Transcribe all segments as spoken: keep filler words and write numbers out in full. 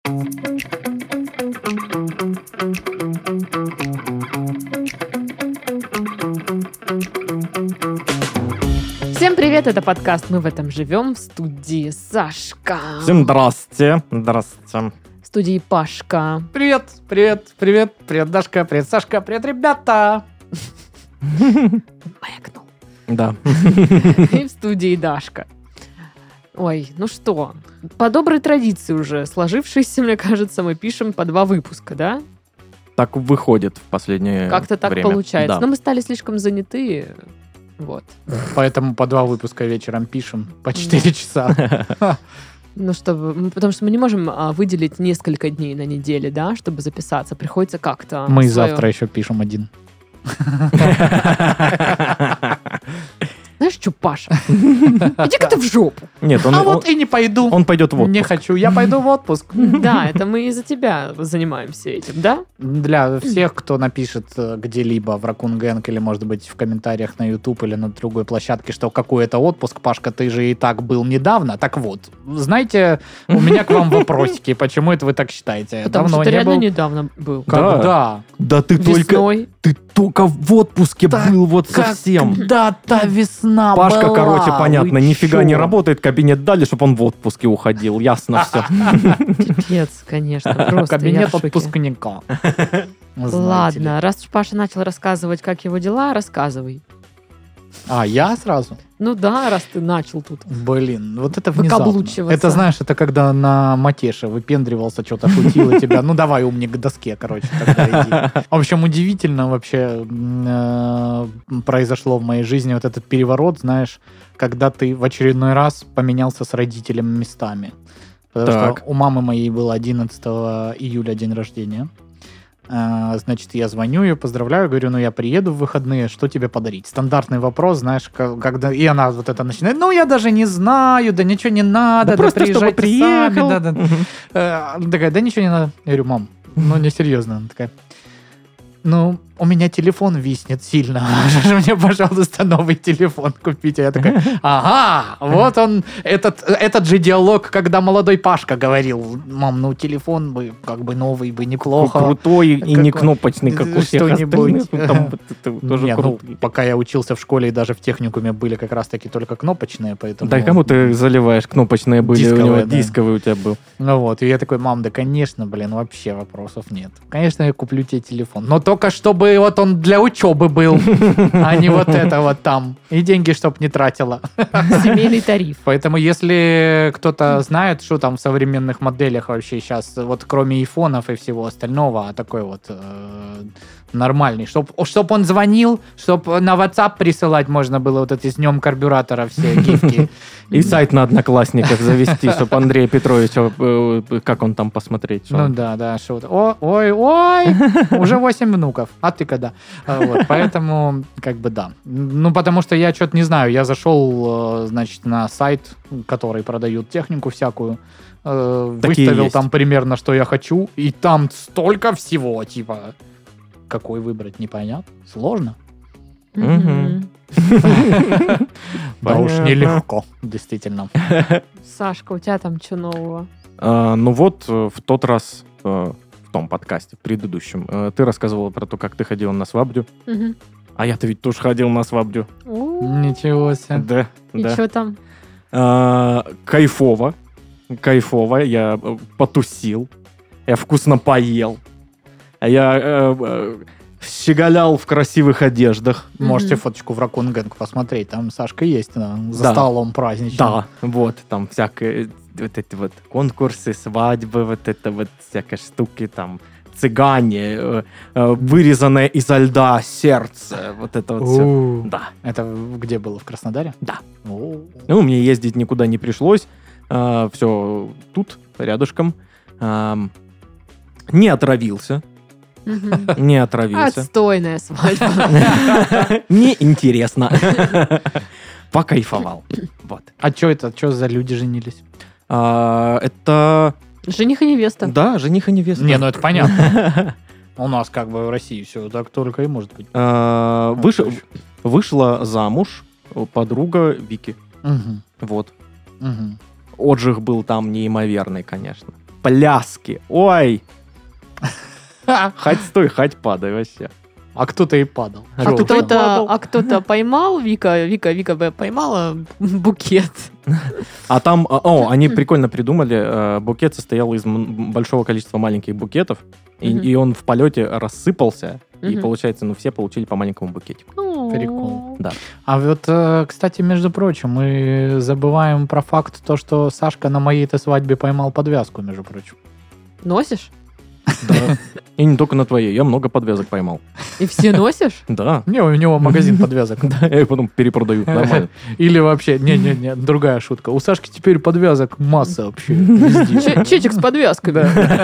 Всем привет, это подкаст «Мы в этом живем», в студии Сашка. Всем здрасте, здрасте. В студии Пашка. Привет, привет, привет, привет, Дашка, привет, Сашка, привет, ребята. Маякнул. Да. И в студии Дашка. Ой, ну что, по доброй традиции уже сложившейся, мне кажется, мы пишем по два выпуска, да? Так выходит в последнее Как-то так время. получается. Да. Но мы стали слишком заняты, вот. Поэтому по два выпуска вечером пишем, по четыре часа. Ну, чтобы, потому что мы не можем а, выделить несколько дней на неделе, да, чтобы записаться. Приходится как-то... Мы и свое- завтра еще пишем один. Знаешь что, Паша? Иди-ка ты в жопу. Нет, он, А он, вот и не пойду. он пойдет в отпуск. Не хочу, я пойду в отпуск. Да, это мы из-за тебя занимаемся этим, да? Для всех, кто напишет э, где-либо в Raccoon Gang или, может быть, в комментариях на YouTube или на другой площадке, что какой это отпуск, Пашка, ты же и так был недавно. Так вот, знаете, у меня к вам вопросики. Почему это вы так считаете? Потому Давно что ты не реально был? недавно был. Когда? Да ты только, Весной. ты только в отпуске Так был вот совсем. Когда-то весна Пашка, была, короче, понятно, вы нифига не чё? работает, кабинет дали, чтобы он в отпуске уходил. Ясно все. Пипец, конечно, просто я Кабинет в шоке. отпускника. Знаете Ладно, ли. раз уж Паша начал рассказывать, как его дела, рассказывай. А, я сразу? Ну да, раз ты начал тут. Блин, вот это внезапно. Выкаблучиваться. Это, знаешь, это когда на матеше выпендривался, что-то шутил и тебя, ну давай, умник, к доске, короче, тогда иди. В общем, удивительно вообще э, произошло в моей жизни вот этот переворот, знаешь, когда ты в очередной раз поменялся с родителями местами. Потому Так. что у мамы моей было одиннадцатого июля день рождения. А, значит, я звоню ее, поздравляю, говорю, ну я приеду в выходные, что тебе подарить? Стандартный вопрос, знаешь, ка- когда... И она вот это начинает, ну я даже не знаю, да ничего не надо, Да да, просто чтобы приезжайте сами, приехал. да, да. Э, Она такая, да ничего не надо. Я говорю, мам, ну не серьезно. Она такая, ну у меня телефон виснет сильно, можешь мне, пожалуйста, новый телефон купить? А я такая, ага, вот он, этот, этот же диалог, когда молодой Пашка говорил, мам, ну телефон бы, как бы новый бы неплохо. Крутой и не Какой- кнопочный, как у всех что-нибудь. остальных. Там вот это тоже Не, ну, круто. пока я учился в школе и даже в техникуме были как раз-таки только кнопочные, поэтому... Да кому ты заливаешь? Кнопочные были, у него Дисковые, да. дисковые у тебя был. Ну вот, и я такой, мам, да конечно, блин, вообще вопросов нет. Конечно, я куплю тебе телефон, но только чтобы вот он для учебы был, а не вот это вот там. И деньги чтоб не тратила. Семейный тариф. Поэтому если кто-то знает, что там в современных моделях вообще сейчас, вот кроме айфонов и всего остального, а такой вот э, нормальный, чтоб, чтоб он звонил, чтоб на WhatsApp присылать можно было вот эти с днем карбюратора все гифки. И сайт на Одноклассниках завести, чтобы Андрея Петровича, э, как он там посмотреть. что Ну он- да, да, что то О, ой, ой, уже восемь внуков. А ты когда? А, вот, поэтому, как бы да. Ну, потому что я что-то не знаю. Я зашел, э, значит, на сайт, который продают технику всякую, э, Такие выставил есть. там примерно, что я хочу, и там столько всего, типа, какой выбрать, непонятно. Сложно. Мгм. Да уж Понятно. нелегко, действительно. Сашка, у тебя там что нового? А, ну вот, э, в тот раз, э, в том подкасте, в предыдущем, э, ты рассказывала про то, как ты ходил на свадьбу. Мгм. А я-то ведь тоже ходил на свадьбу. У, Ничего себе. Да, И да. что там? А, кайфово. Кайфово. Я э, потусил. Я вкусно поел. Я э, э, щеголял в красивых одеждах. Можете Мгм. фоточку в Raccoon Gang посмотреть. Там Сашка есть да, за Да. столом праздничным. Да, вот, там всякие вот эти вот конкурсы, свадьбы, вот это вот всякие штуки, там, цыгане, э, э, вырезанное изо льда сердце, вот это вот все. У. Да, Это в- где было? В Краснодаре? да. О. Ну, мне ездить никуда не пришлось. Все тут, рядышком. Ам, Не отравился. Мгм. Не отравился. Отстойная свадьба. Неинтересно. Покайфовал. Вот. А что это? Что за люди женились? А, Это... Жених и невеста. Да, жених и невеста. Не, ну это понятно. У нас как бы в России все так только и может быть. А, выш- Вышла замуж подруга Вики. Мгм, Вот. мгм. Отжиг был там неимоверный, конечно. пляски. Ой. Хоть стой, хоть падай вообще. А кто-то и падал. А Жёлтый. кто-то, а кто-то поймал, Вика, Вика, Вика бы поймала букет. А там, а, о, они прикольно придумали. э, Букет состоял из м- большого количества маленьких букетов, и, Мгм. и он в полете рассыпался, и Мгм. получается, ну все получили по маленькому букетику. Прикол. Да. А вот, э, кстати, между прочим, мы забываем про факт то, что Сашка на моей-то свадьбе поймал подвязку, между прочим. Носишь? Да. И не только на твоей, я много подвязок поймал. И все носишь? Да. Не, у него магазин подвязок. Да, я их потом перепродаю. Нормально. Или вообще, не-не-не, другая шутка. У Сашки теперь подвязок масса вообще. везде. Че- Чечек с подвязками.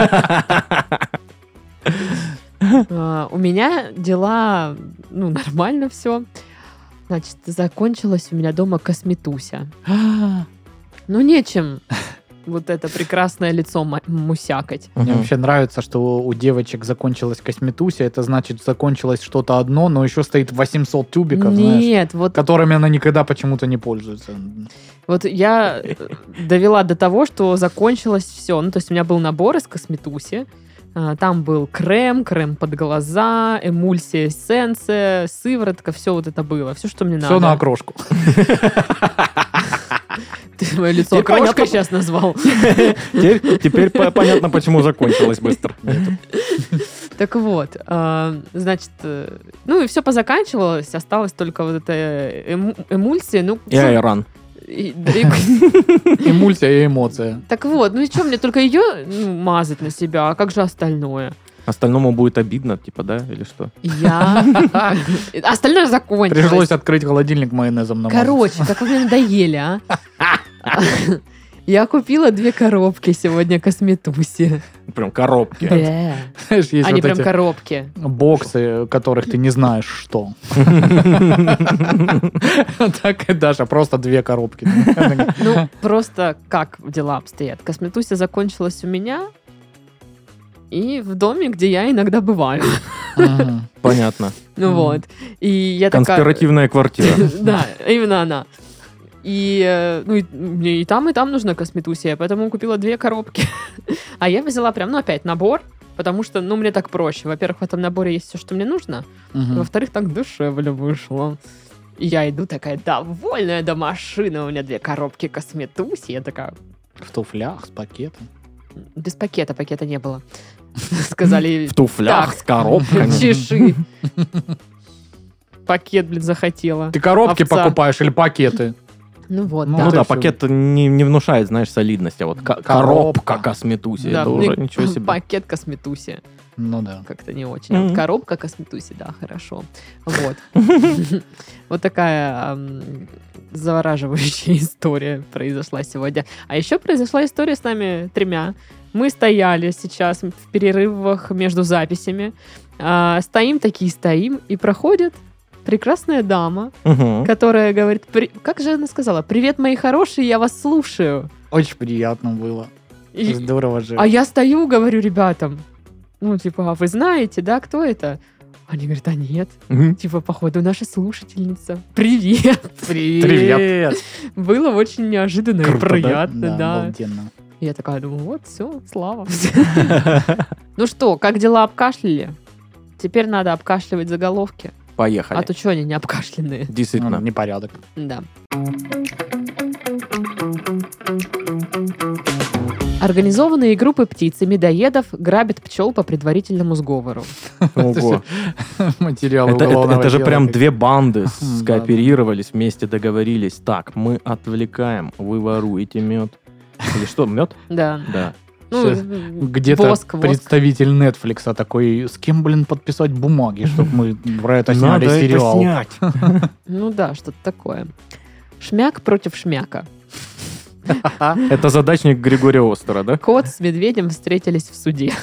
А, У меня дела, ну, нормально все. Значит, закончилась у меня дома косметуся. Ну, нечем вот это прекрасное лицо ма- мусякать. Мне Мгм. вообще нравится, что у девочек закончилась косметуся. Это значит, закончилось что-то одно, но еще стоит восемьсот тюбиков, знаешь, Нет, вот, которыми она никогда почему-то не пользуется. вот я э, довела до того, что закончилось все. Ну, то есть у меня был набор из косметуси. А, Там был крем, крем под глаза, эмульсия, эссенция, сыворотка, все вот это было. Все, что мне Все надо. на окрошку. Ты мое лицо Теперь окрошкой понятно. сейчас назвал. Теперь, теперь по- понятно, почему закончилось быстро. Так вот, а, значит, э, ну и все позаканчивалось, осталась только вот эта эм- эмульсия. Ну, И что- айран. и- да и- Эмульсия и эмоция. Так вот, ну и что, мне только ее ну, мазать на себя, а как же остальное? Остальному будет обидно, типа, да, или что? Я... Остальное закончилось. Пришлось открыть холодильник майонезом намазать. Короче, как вы мне надоели, а? Я купила две коробки сегодня косметуси. Прям коробки. Бля. Знаешь, есть Они вот прям эти коробки. боксы, которых ты не знаешь, что. Так и Даша, просто две коробки. Ну, просто как дела обстоят? Косметуся закончилась у меня и в доме, где я иногда бываю. Мгм. Понятно. Ну Мгм. вот. И я такая... Конспиративная квартира. Да, именно она. И, э, ну, и мне и там, и там нужна косметусия, поэтому купила две коробки. А я взяла прям, ну, опять набор, потому что, ну, мне так проще. Во-первых, в этом наборе есть все, что мне нужно. Мгм. Во-вторых, так дешевле вышло. И я иду такая довольная до машины, у меня две коробки косметуси. Я такая, В туфлях с пакетом. без пакета, пакета не было. Сказали, В туфлях Так. с коробками. чеши. Пакет, блин, захотела. Ты коробки Овца. покупаешь или пакеты? Ну вот, Ну да. Ну ты да, всё. пакет не, не внушает, знаешь, солидности. А вот ко- Коробка. коробка косметуси, Да, это мне уже ничего себе. Пакет косметуси. Ну да. Как-то не очень. А вот Мгм. коробка косметуси, да, хорошо. Вот. Вот такая ам, завораживающая история произошла сегодня. А еще произошла история с нами тремя. Мы стояли сейчас в перерывах между записями. А, Стоим такие, стоим, и проходит прекрасная дама, Мгм. которая говорит, «При- как же она сказала, привет, мои хорошие, я вас слушаю. Очень приятно было. И- Здорово же. А я стою, говорю ребятам, ну, типа, а вы знаете, да, кто это? Они говорят, а нет. Мгм. Типа, походу, наша слушательница. Привет. Привет. Было очень неожиданно и Круто, да? приятно, да. обалденно. Я такая думаю, вот, все, слава. Ну что, как дела обкашляли? Теперь надо обкашливать заголовки. Поехали. А то что они не обкашленные? Действительно. Ну, непорядок. Да. Организованные группы птиц и медоедов грабят пчел по предварительному сговору. Ого. Материалы Это, это- уголовного это же дела прям как- две банды Да, скооперировались, вместе договорились. Так, мы отвлекаем, вы воруете мед. Или что, мед? Да. Да. Ну, Сейчас Где-то воск, воск. представитель Netflix такой, с кем, блин, подписать бумаги, чтобы мы про это сняли Надо это сериал. снять. Ну да, что-то такое. Шмяк против шмяка. Это задачник Григория Остера, да? Кот с медведем встретились в суде.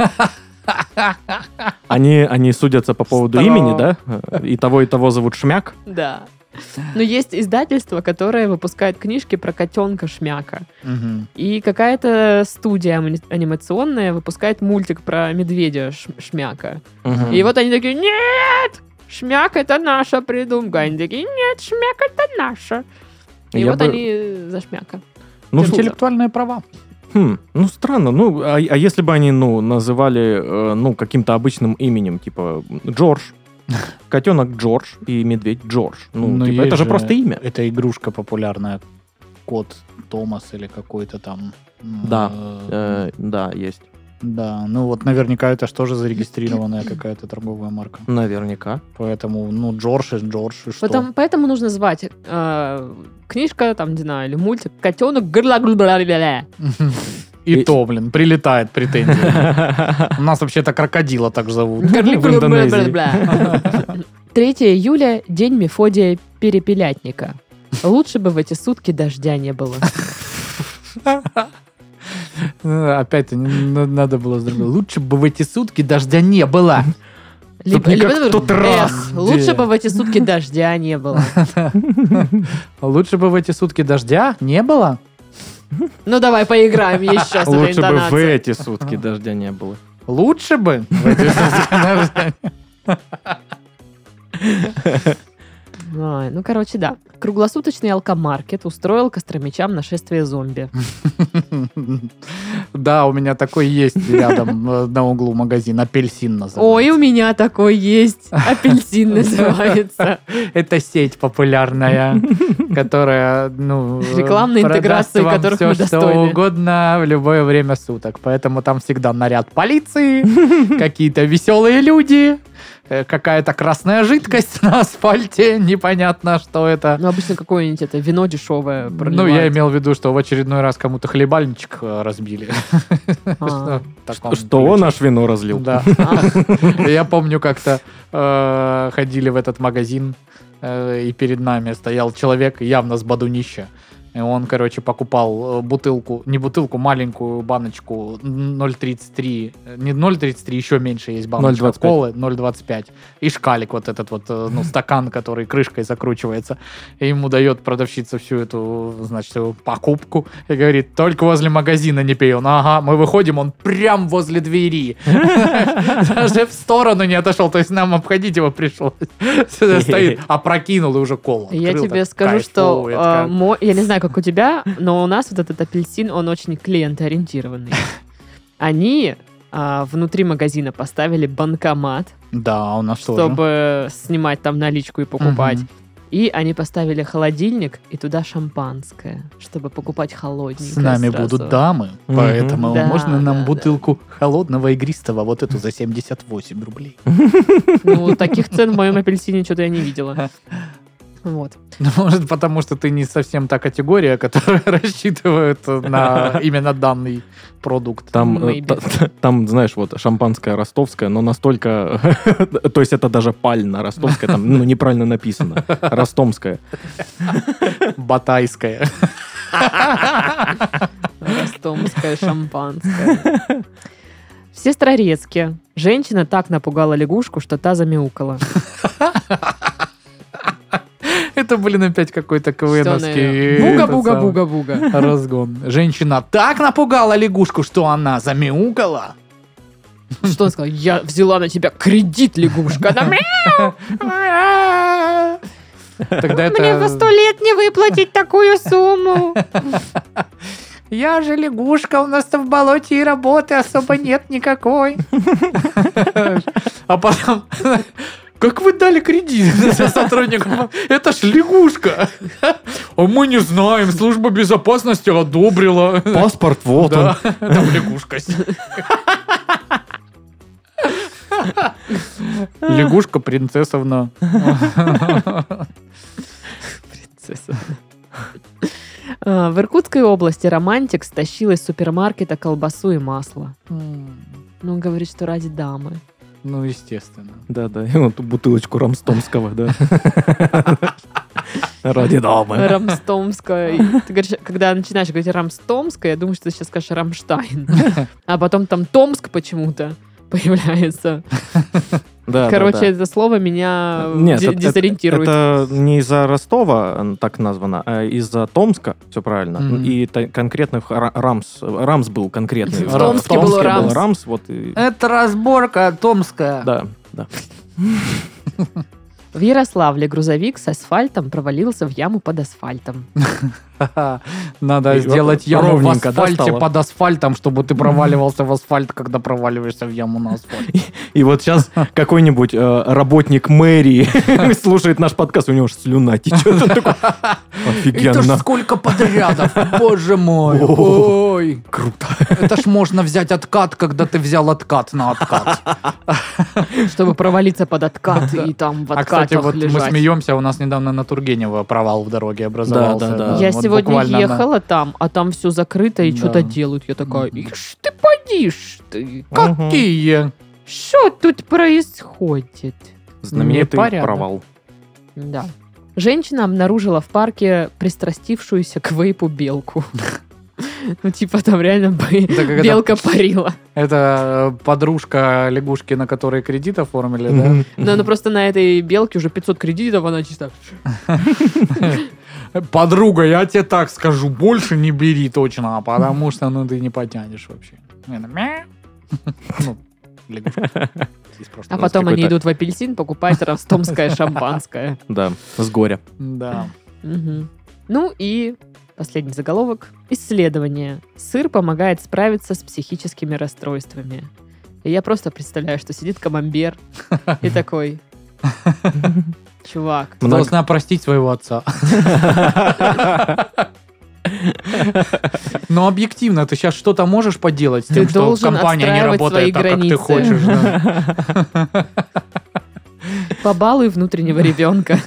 Они, они судятся по поводу Странно. имени, да? И того, и того зовут Шмяк. Да. Но есть издательство, которое выпускает книжки про котенка Шмяка. Мгм. И какая-то студия ани- анимационная выпускает мультик про медведя Ш- Шмяка. Мгм. И вот они такие, нет, Шмяк это наша придумка. Они такие, нет, Шмяк это наша. И Я вот бы- они за Шмяка. Ну, Держу. Интеллектуальные права. Хм, ну странно. Ну, а, а если бы они, ну, называли, э, ну, каким-то обычным именем, типа Джордж, котенок Джордж и медведь Джордж. Ну, Ну, типа, есть это же же просто имя. Это игрушка популярная. Кот Томас или какой-то там. Да, э, э, да, есть. Да, ну вот наверняка это же тоже зарегистрированная какая-то торговая марка. Наверняка. Поэтому, ну, Джордж и Джордж, и что? Потом, поэтому нужно звать э, книжка, там, не знаю, или мультик «Котенок гырла-гырла-гырла-гырла». И то, блин, прилетает претензия. У нас вообще-то крокодила так зовут. Гырли-гырла-гырла-гырла. третьего июля – день Мефодия Перепелятника. Лучше бы в эти сутки дождя не было. Опять надо было сделать. Лучше бы в эти сутки дождя не было. Либо, не либо, как в тот эх, раз, лучше где- бы в эти сутки дождя не было. Лучше бы в эти сутки дождя не было. Ну, давай поиграем еще с этой Лучше бы в интонацией. эти сутки дождя не было. Лучше бы в эти сутки дождя. Ай, ну, короче, да. Круглосуточный алкомаркет устроил костромичам нашествие зомби. Да, у меня такой есть рядом э, на углу магазин. Апельсин называется. Ой, у меня такой есть. Апельсин называется. Это сеть популярная, которая, ну... Рекламной продаст интеграции, вам которых всё, мы что достойны. угодно в любое время суток. Поэтому там всегда наряд полиции, какие-то веселые люди, э, какая-то красная жидкость на асфальте, непонятно, что это. Ну, обычно какое-нибудь это вино дешевое Ну, проливают. я имел в виду, что в очередной раз кому-то хлебальничек э, разбили. А. В таком Что он ключе. наш вино разлил. Да. Я помню, как-то э, ходили в этот магазин, э, и перед нами стоял человек явно с бадунища. И он, короче, покупал э, бутылку, не бутылку, маленькую баночку ноль тридцать три, э, не ноль тридцать три, еще меньше есть баночка ноль двадцать пять. колы, ноль двадцать пять. И шкалик вот этот вот, э, ну, стакан, который крышкой закручивается. И ему дает продавщица всю эту, значит, э, покупку. И говорит, только возле магазина не пей. Он, ага, мы выходим, он прям возле двери. Даже в сторону не отошел. То есть нам обходить его пришлось. Стоит, опрокинул и уже колу Я открыл, тебе так скажу, что кайфует, э, как. мо- я не знаю, как у тебя, но у нас вот этот апельсин, он очень клиентоориентированный. Они а, внутри магазина поставили банкомат, Да, у нас тоже. чтобы снимать там наличку и покупать. Мгм. И они поставили холодильник и туда шампанское, чтобы покупать холодненькое С нами сразу. будут дамы, Мгм. поэтому Да, можно нам да, бутылку холодного игристого, вот эту за семьдесят восемь рублей. Ну, таких цен в моем апельсине что-то я не видела. Вот. Ну, может, потому что ты не совсем та категория, которая рассчитывает на именно данный продукт. Там, э, Maybe. та- та- там, знаешь, вот шампанское ростовское, но настолько... То есть это даже пально ростовское, там, ну, неправильно написано. Ростомское. Батайская. Ростомское шампанское. В Сестрорецке женщина так напугала лягушку, что та замяукала. Это, блин, опять какой-то Всё, наверное. КВНовский Буга-буга-буга-буга. разгон. Женщина так напугала лягушку, что она замяукала. Что он сказал? Я взяла на тебя кредит, лягушка. Она, «Мяу, Тогда мне во сто это... лет не выплатить такую сумму. Я же лягушка, у нас-то в болоте и работы особо нет никакой. А потом... Как вы дали кредит сотрудникам? Это ж лягушка. А мы не знаем, служба безопасности одобрила. Паспорт, вот он. Да, там лягушка. Лягушка принцессовна. Принцесса. А, В Иркутской области романтик стащил из супермаркета колбасу и масло. Ну, он говорит, что ради дамы. Ну, естественно. Да-да, и вот ту бутылочку рамстомского, да. Ради дамы. Рамстомская. И ты говоришь, когда начинаешь говорить Рамстомская, я думаю, что ты сейчас скажешь Рамштайн. А потом там Томск почему-то появляется. Да, Короче, да, да. это слово меня Нет, де- это- дезориентирует. Это не из-за Ростова м, так названо, а из-за Томска, все правильно. Мгм. И та- конкретных ра- Рамс, Рамс был конкретный. В Томске был Рамс. Рамс, вот и- Это разборка томская. да, да. В Ярославле грузовик с асфальтом провалился в яму под асфальтом. Надо И сделать яму в ровненько, да, асфальте стало? под асфальт, чтобы ты проваливался в асфальт, когда проваливаешься в яму на асфальте. И вот сейчас какой-нибудь э, работник мэрии слушает наш подкаст, у него же слюна течет. Он такой, Это ж офигенно. сколько подрядов, боже мой. О, Ой, Круто. это ж можно взять откат, когда ты взял откат на откат. Чтобы провалиться под откат и там в А, кстати, откатах вот мы лежать. смеемся, у нас недавно на Тургенева провал в дороге образовался. Да, да, да. Я Вот сегодня буквально на- ехала там, а там все закрыто и Да. что-то делают. Я такая, Мгм. ишь ты подишь ты. Какие? Что тут происходит? Знаменитый Непорядок. провал. Да. Женщина обнаружила в парке пристрастившуюся к вейпу белку. Ну, типа, там реально бы Так как это- белка парила. Это подружка лягушки, на которой кредит оформили, да? Но она просто на этой белке уже пятьсот кредитов, она чисто... Подруга, я тебе так скажу, больше не бери точно, потому что ну ты не потянешь вообще. Она, «Мяу». Ну, лягушка. Здесь просто- А потом они какой-то- идут в апельсин покупать ростомское шампанское. Да, с горя. Да. Мгм. Ну и последний заголовок. Исследование. Сыр помогает справиться с психическими расстройствами. И я просто представляю, что сидит камамбер и такой... Чувак, Ты должна простить своего отца. Но объективно, ты сейчас что-то можешь поделать с Ты тем, что должен компания не отстраивать работает свои так, как ты границы. хочешь. да. побалуй внутреннего ребенка.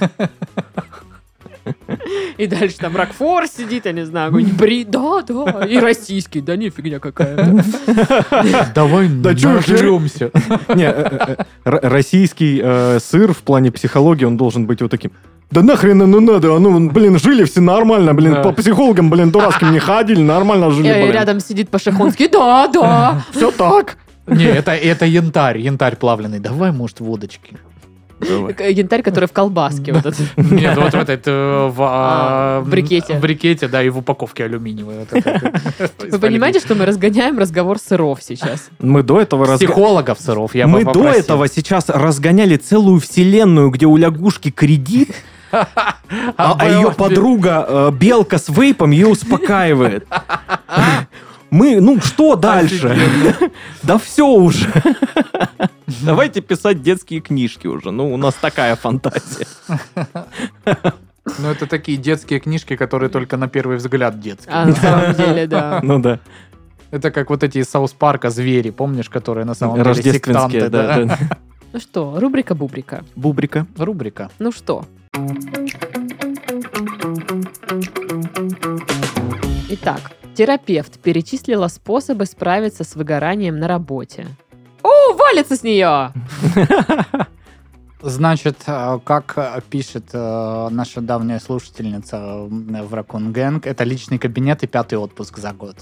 И дальше там Рокфор сидит, я не знаю, какой-нибудь бри, да, да, и российский, да не фигня какая. Давай Да чё, нажрёмся. Не, э, э, р- российский э, сыр в плане психологии, он должен быть вот таким. Да нахрен оно надо, ну, блин, жили все нормально, блин, Да. по психологам, блин, дурацким не ходили, нормально жили, И блин. рядом сидит Пашихонский, да, да. Все так. Не, это, это янтарь, янтарь плавленый. Давай, может, водочки. Янтарь, который в колбаске. вот этот. Нет, вот в этот, э, в, А, а, в брикете. В брикете, да, и в упаковке алюминиевой. вот это. Вы понимаете, что мы разгоняем разговор сыров сейчас? Мы до этого разга- Психологов сыров, я Мы бы до попросил. этого сейчас разгоняли целую вселенную, где у лягушки кредит, а, а ее было- подруга э, белка с вейпом ее успокаивает. Мы, ну что дальше? Да все уже. Давайте писать детские книжки уже. Ну, у нас такая фантазия. Ну, это такие детские книжки, которые только на первый взгляд детские. А на самом деле, да. Ну да. Это как вот эти из Саус Парка звери, помнишь, которые на самом деле Рождественские, сектанты, да. да. Ну что, рубрика-бубрика. Бубрика. Рубрика. Ну что? Итак, терапевт перечислила способы справиться с выгоранием на работе. О, валится с нее! Значит, э, как э, пишет э, наша давняя слушательница э, в Raccoon Gang, это личный кабинет и пятый отпуск за год.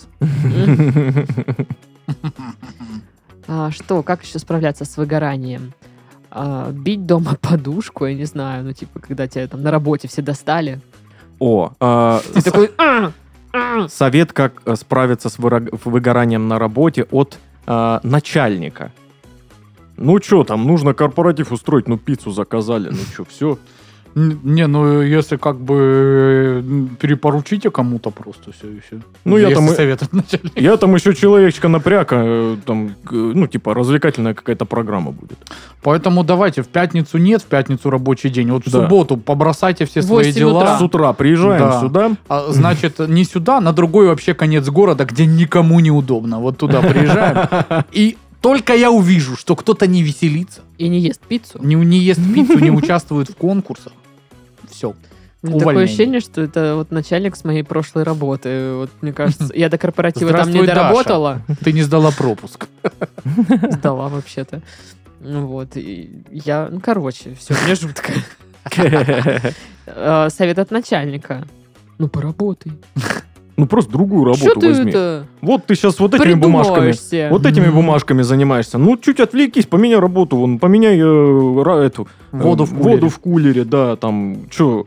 А, что, как еще справляться с выгоранием? А, бить дома подушку, я не знаю, ну типа, когда тебя там на работе все достали. О, э, Ты такой... «А, а». совет, как э, справиться с выра- выгоранием на работе от э, начальника. Ну что там, нужно корпоратив устроить, ну пиццу заказали, ну что, все. Н- Не, ну если как бы э, перепоручите кому-то просто все и все. Ну, я там и- совет от начальника. Я там еще человечка напряг, а, там, к- ну типа развлекательная какая-то программа будет. Поэтому давайте, в пятницу нет, в пятницу рабочий день. Вот в Да. субботу побросайте все свои Восемь дела. утра. С утра приезжаем Да. сюда. А, значит, не сюда, на другой вообще конец города, где никому не удобно. Вот туда приезжаем. И только я увижу, что кто-то не веселится, И не ест пиццу. не, не ест пиццу, не участвует в конкурсах. Все. У меня такое Увольнение. ощущение, что это вот начальник с моей прошлой работы. Вот мне кажется, я до корпоратива там не Здравствуй, Даша. доработала. Ты не сдала пропуск. Сдала вообще-то. Ну вот. И я, ну короче, все, мне жутко. Э, Совет от начальника. Ну поработай. Ну просто другую Что работу ты возьми. это Вот ты сейчас вот этими бумажками. придумываешься? Вот этими Мгм. бумажками занимаешься. Ну, чуть отвлекись, поменяй работу, вон, поменяй э, ра- эту э, Воду в кулере. воду в кулере, да, там, что.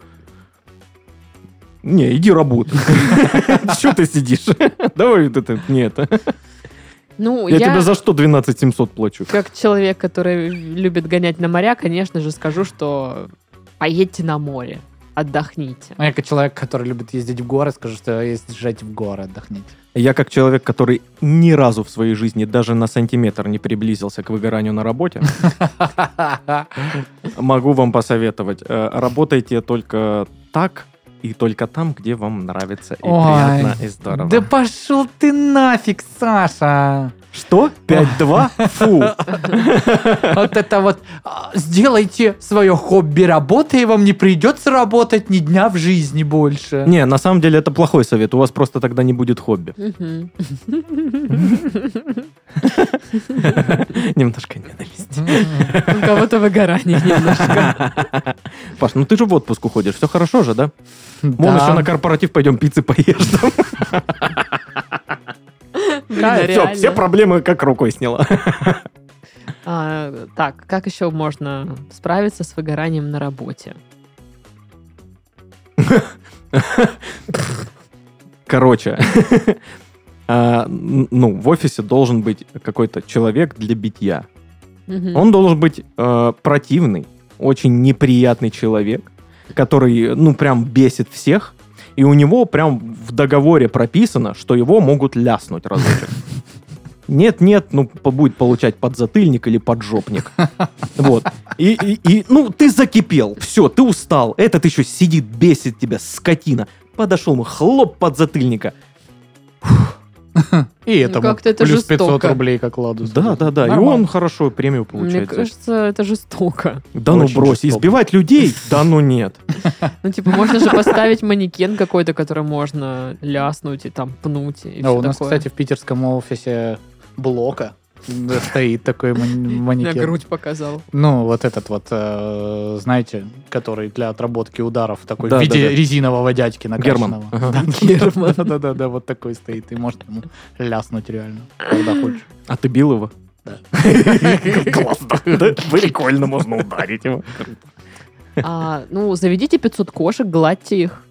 Не, иди работай. Че ты сидишь? Давай вот это, нет. Ну, Я тебе за что двенадцать семьсот плачу? как человек, который любит гонять на моря, конечно же, скажу, что поедьте на море. отдохните. А я как человек, который любит ездить в горы, скажу, что езжайте в горы, отдохните. Я как человек, который ни разу в своей жизни даже на сантиметр не приблизился к выгоранию на работе, могу вам посоветовать. э, Работайте только так и только там, где вам нравится и Ой, приятно, и здорово. Да пошел ты нафиг, Саша! Что? пять-два? Фу. Вот это вот, а, сделайте свое хобби работой, и вам не придется работать ни дня в жизни больше. Не, на самом деле это плохой совет. У вас просто тогда не будет хобби. Мгм. Немножко ненависти. У кого-то выгорание немножко. Паш, ну ты же в отпуск уходишь. Все хорошо же, да? Вон Да. еще на корпоратив пойдем пиццы поешь. Блин, Все, реально. все проблемы как рукой сняло. А, так, как еще можно справиться с выгоранием на работе? Короче, а, н- ну, в офисе должен быть какой-то человек для битья. Мгм. Он должен быть э, противный, очень неприятный человек, который, ну, прям бесит всех, и у него прям в договоре прописано, что его могут ляснуть разочек. Нет-нет, ну, по- будет получать подзатыльник или поджопник. Вот. И, и- и, ну, ты закипел, все, ты устал. Этот еще сидит, бесит тебя, скотина. Подошел ему, хлоп подзатыльника. И это Ну, как-то это плюс пятьсот жестоко. рублей к окладу. Да, да, да. И Нормально. он хорошо премию Мне получает. за это. кажется, это жестоко. Да ну Очень брось, жестоко. избивать людей? Да ну нет. Ну, типа, можно же поставить манекен какой-то, который можно ляснуть и там пнуть. И А всё у нас, такое. кстати, в питерском офисе блока да, стоит такой ман- На манекен. грудь показал. Ну, вот этот вот, э, знаете, который для отработки ударов, такой Да, в виде да, да. резинового дядьки накачанного. Герман. Ага. Да, Герман. Да-да-да, вот такой стоит. И может ему ляснуть реально, когда хочешь. А ты бил его? Да. Классно. Да, прикольно, можно ударить его. А, ну, заведите пятьсот кошек, гладьте их.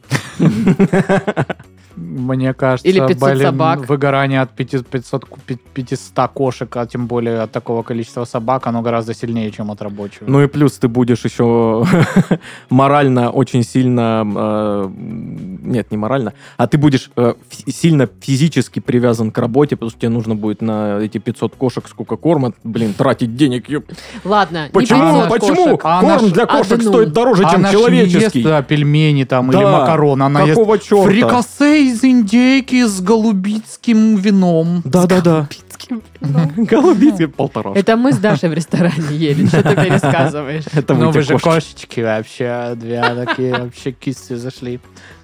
Мне кажется, Или пятьсот блин, собак. выгорание от пятисот, пятисот кошек, а тем более от такого количества собак, оно гораздо сильнее, чем от рабочего. Ну и плюс ты будешь еще морально очень сильно... э, Нет, не морально. А ты будешь э, фи- сильно физически привязан к работе, потому что тебе нужно будет на эти пятьсот кошек сколько корма, блин, тратить денег. ёп. Ладно, не Почему? пятьсот Почему? кошек. А Корм она ж для кошек одну. стоит дороже, чем Она ж не человеческий. ест, да, пельмени там Да, или макароны, она ест какого черта? фрикасе из индейки с голубицким вином. Да-да-да. Пиццким вином. Голубицы полтора. Это мы с Дашей в ресторане ели. Что ты пересказываешь? Это Ну вы вы те же кошки. кошечки вообще, две такие вообще кисы зашли.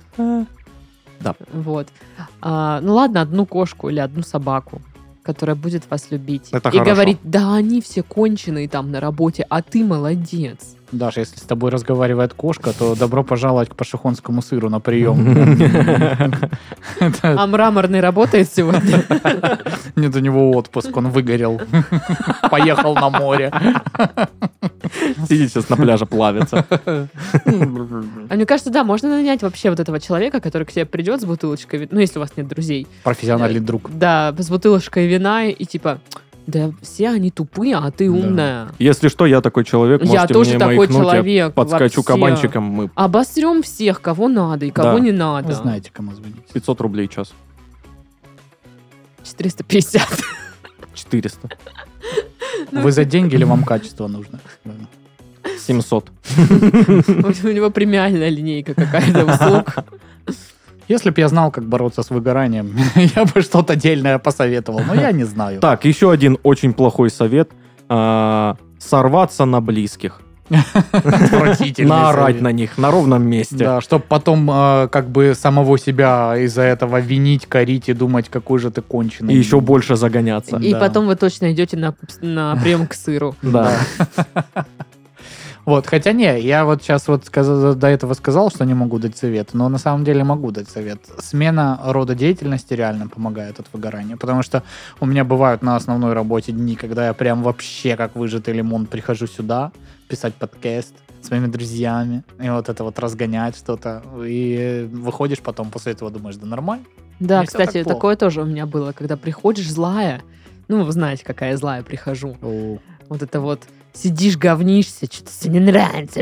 Вот. А, ну ладно, одну кошку или одну собаку, которая будет вас любить. Это и хорошо. говорит, да они все конченые там на работе, а ты молодец. Даша, если с тобой разговаривает кошка, то добро пожаловать к пашихонскому сыру на прием. Это- А мраморный работает сегодня? Нет, у него отпуск, он выгорел. Поехал на море. Сидит сейчас на пляже, плавится. А мне кажется, да, можно нанять вообще вот этого человека, который к тебе придет с бутылочкой вина, ну, если у вас нет друзей. Профессиональный друг. Да, с бутылочкой вина и типа, да все они тупые, а ты Да. умная. Если что, я такой человек, Я можете тоже мне такой маякнуть, я человек. подскочу вообще. кабанчиком, мы Обосрем всех, кого надо и кого Да. не Вы надо. знаете, кому звонить. пятьсот рублей в час. четыреста пятьдесят. четыреста. Вы за деньги или вам качество нужно? семьсот. У него премиальная линейка какая-то услуг. Если бы я знал, как бороться с выгоранием, я бы что-то отдельное посоветовал, но я не знаю. Так, еще один очень плохой совет. А, Сорваться на близких. Отвратительный Наорать совет. на них на ровном месте. Да, чтобы потом э, как бы самого себя из-за этого винить, корить и думать, какой же ты конченый. И еще больше загоняться. И Да. потом вы точно идете на, на прием к сыру. Да. Вот, хотя не, я вот сейчас вот сказ- до этого сказал, что не могу дать совет, но на самом деле могу дать совет. Смена рода деятельности реально помогает от выгорания, потому что у меня бывают на основной работе дни, когда я прям вообще как выжатый лимон прихожу сюда писать подкаст с моими друзьями и вот это вот разгонять что-то, и выходишь потом после этого думаешь, да нормально. Да, Не всё кстати, так плохо. такое тоже у меня было, когда приходишь злая. Ну, вы знаете, какая я злая прихожу. О, Вот это вот сидишь, говнишься, что-то тебе не нравится.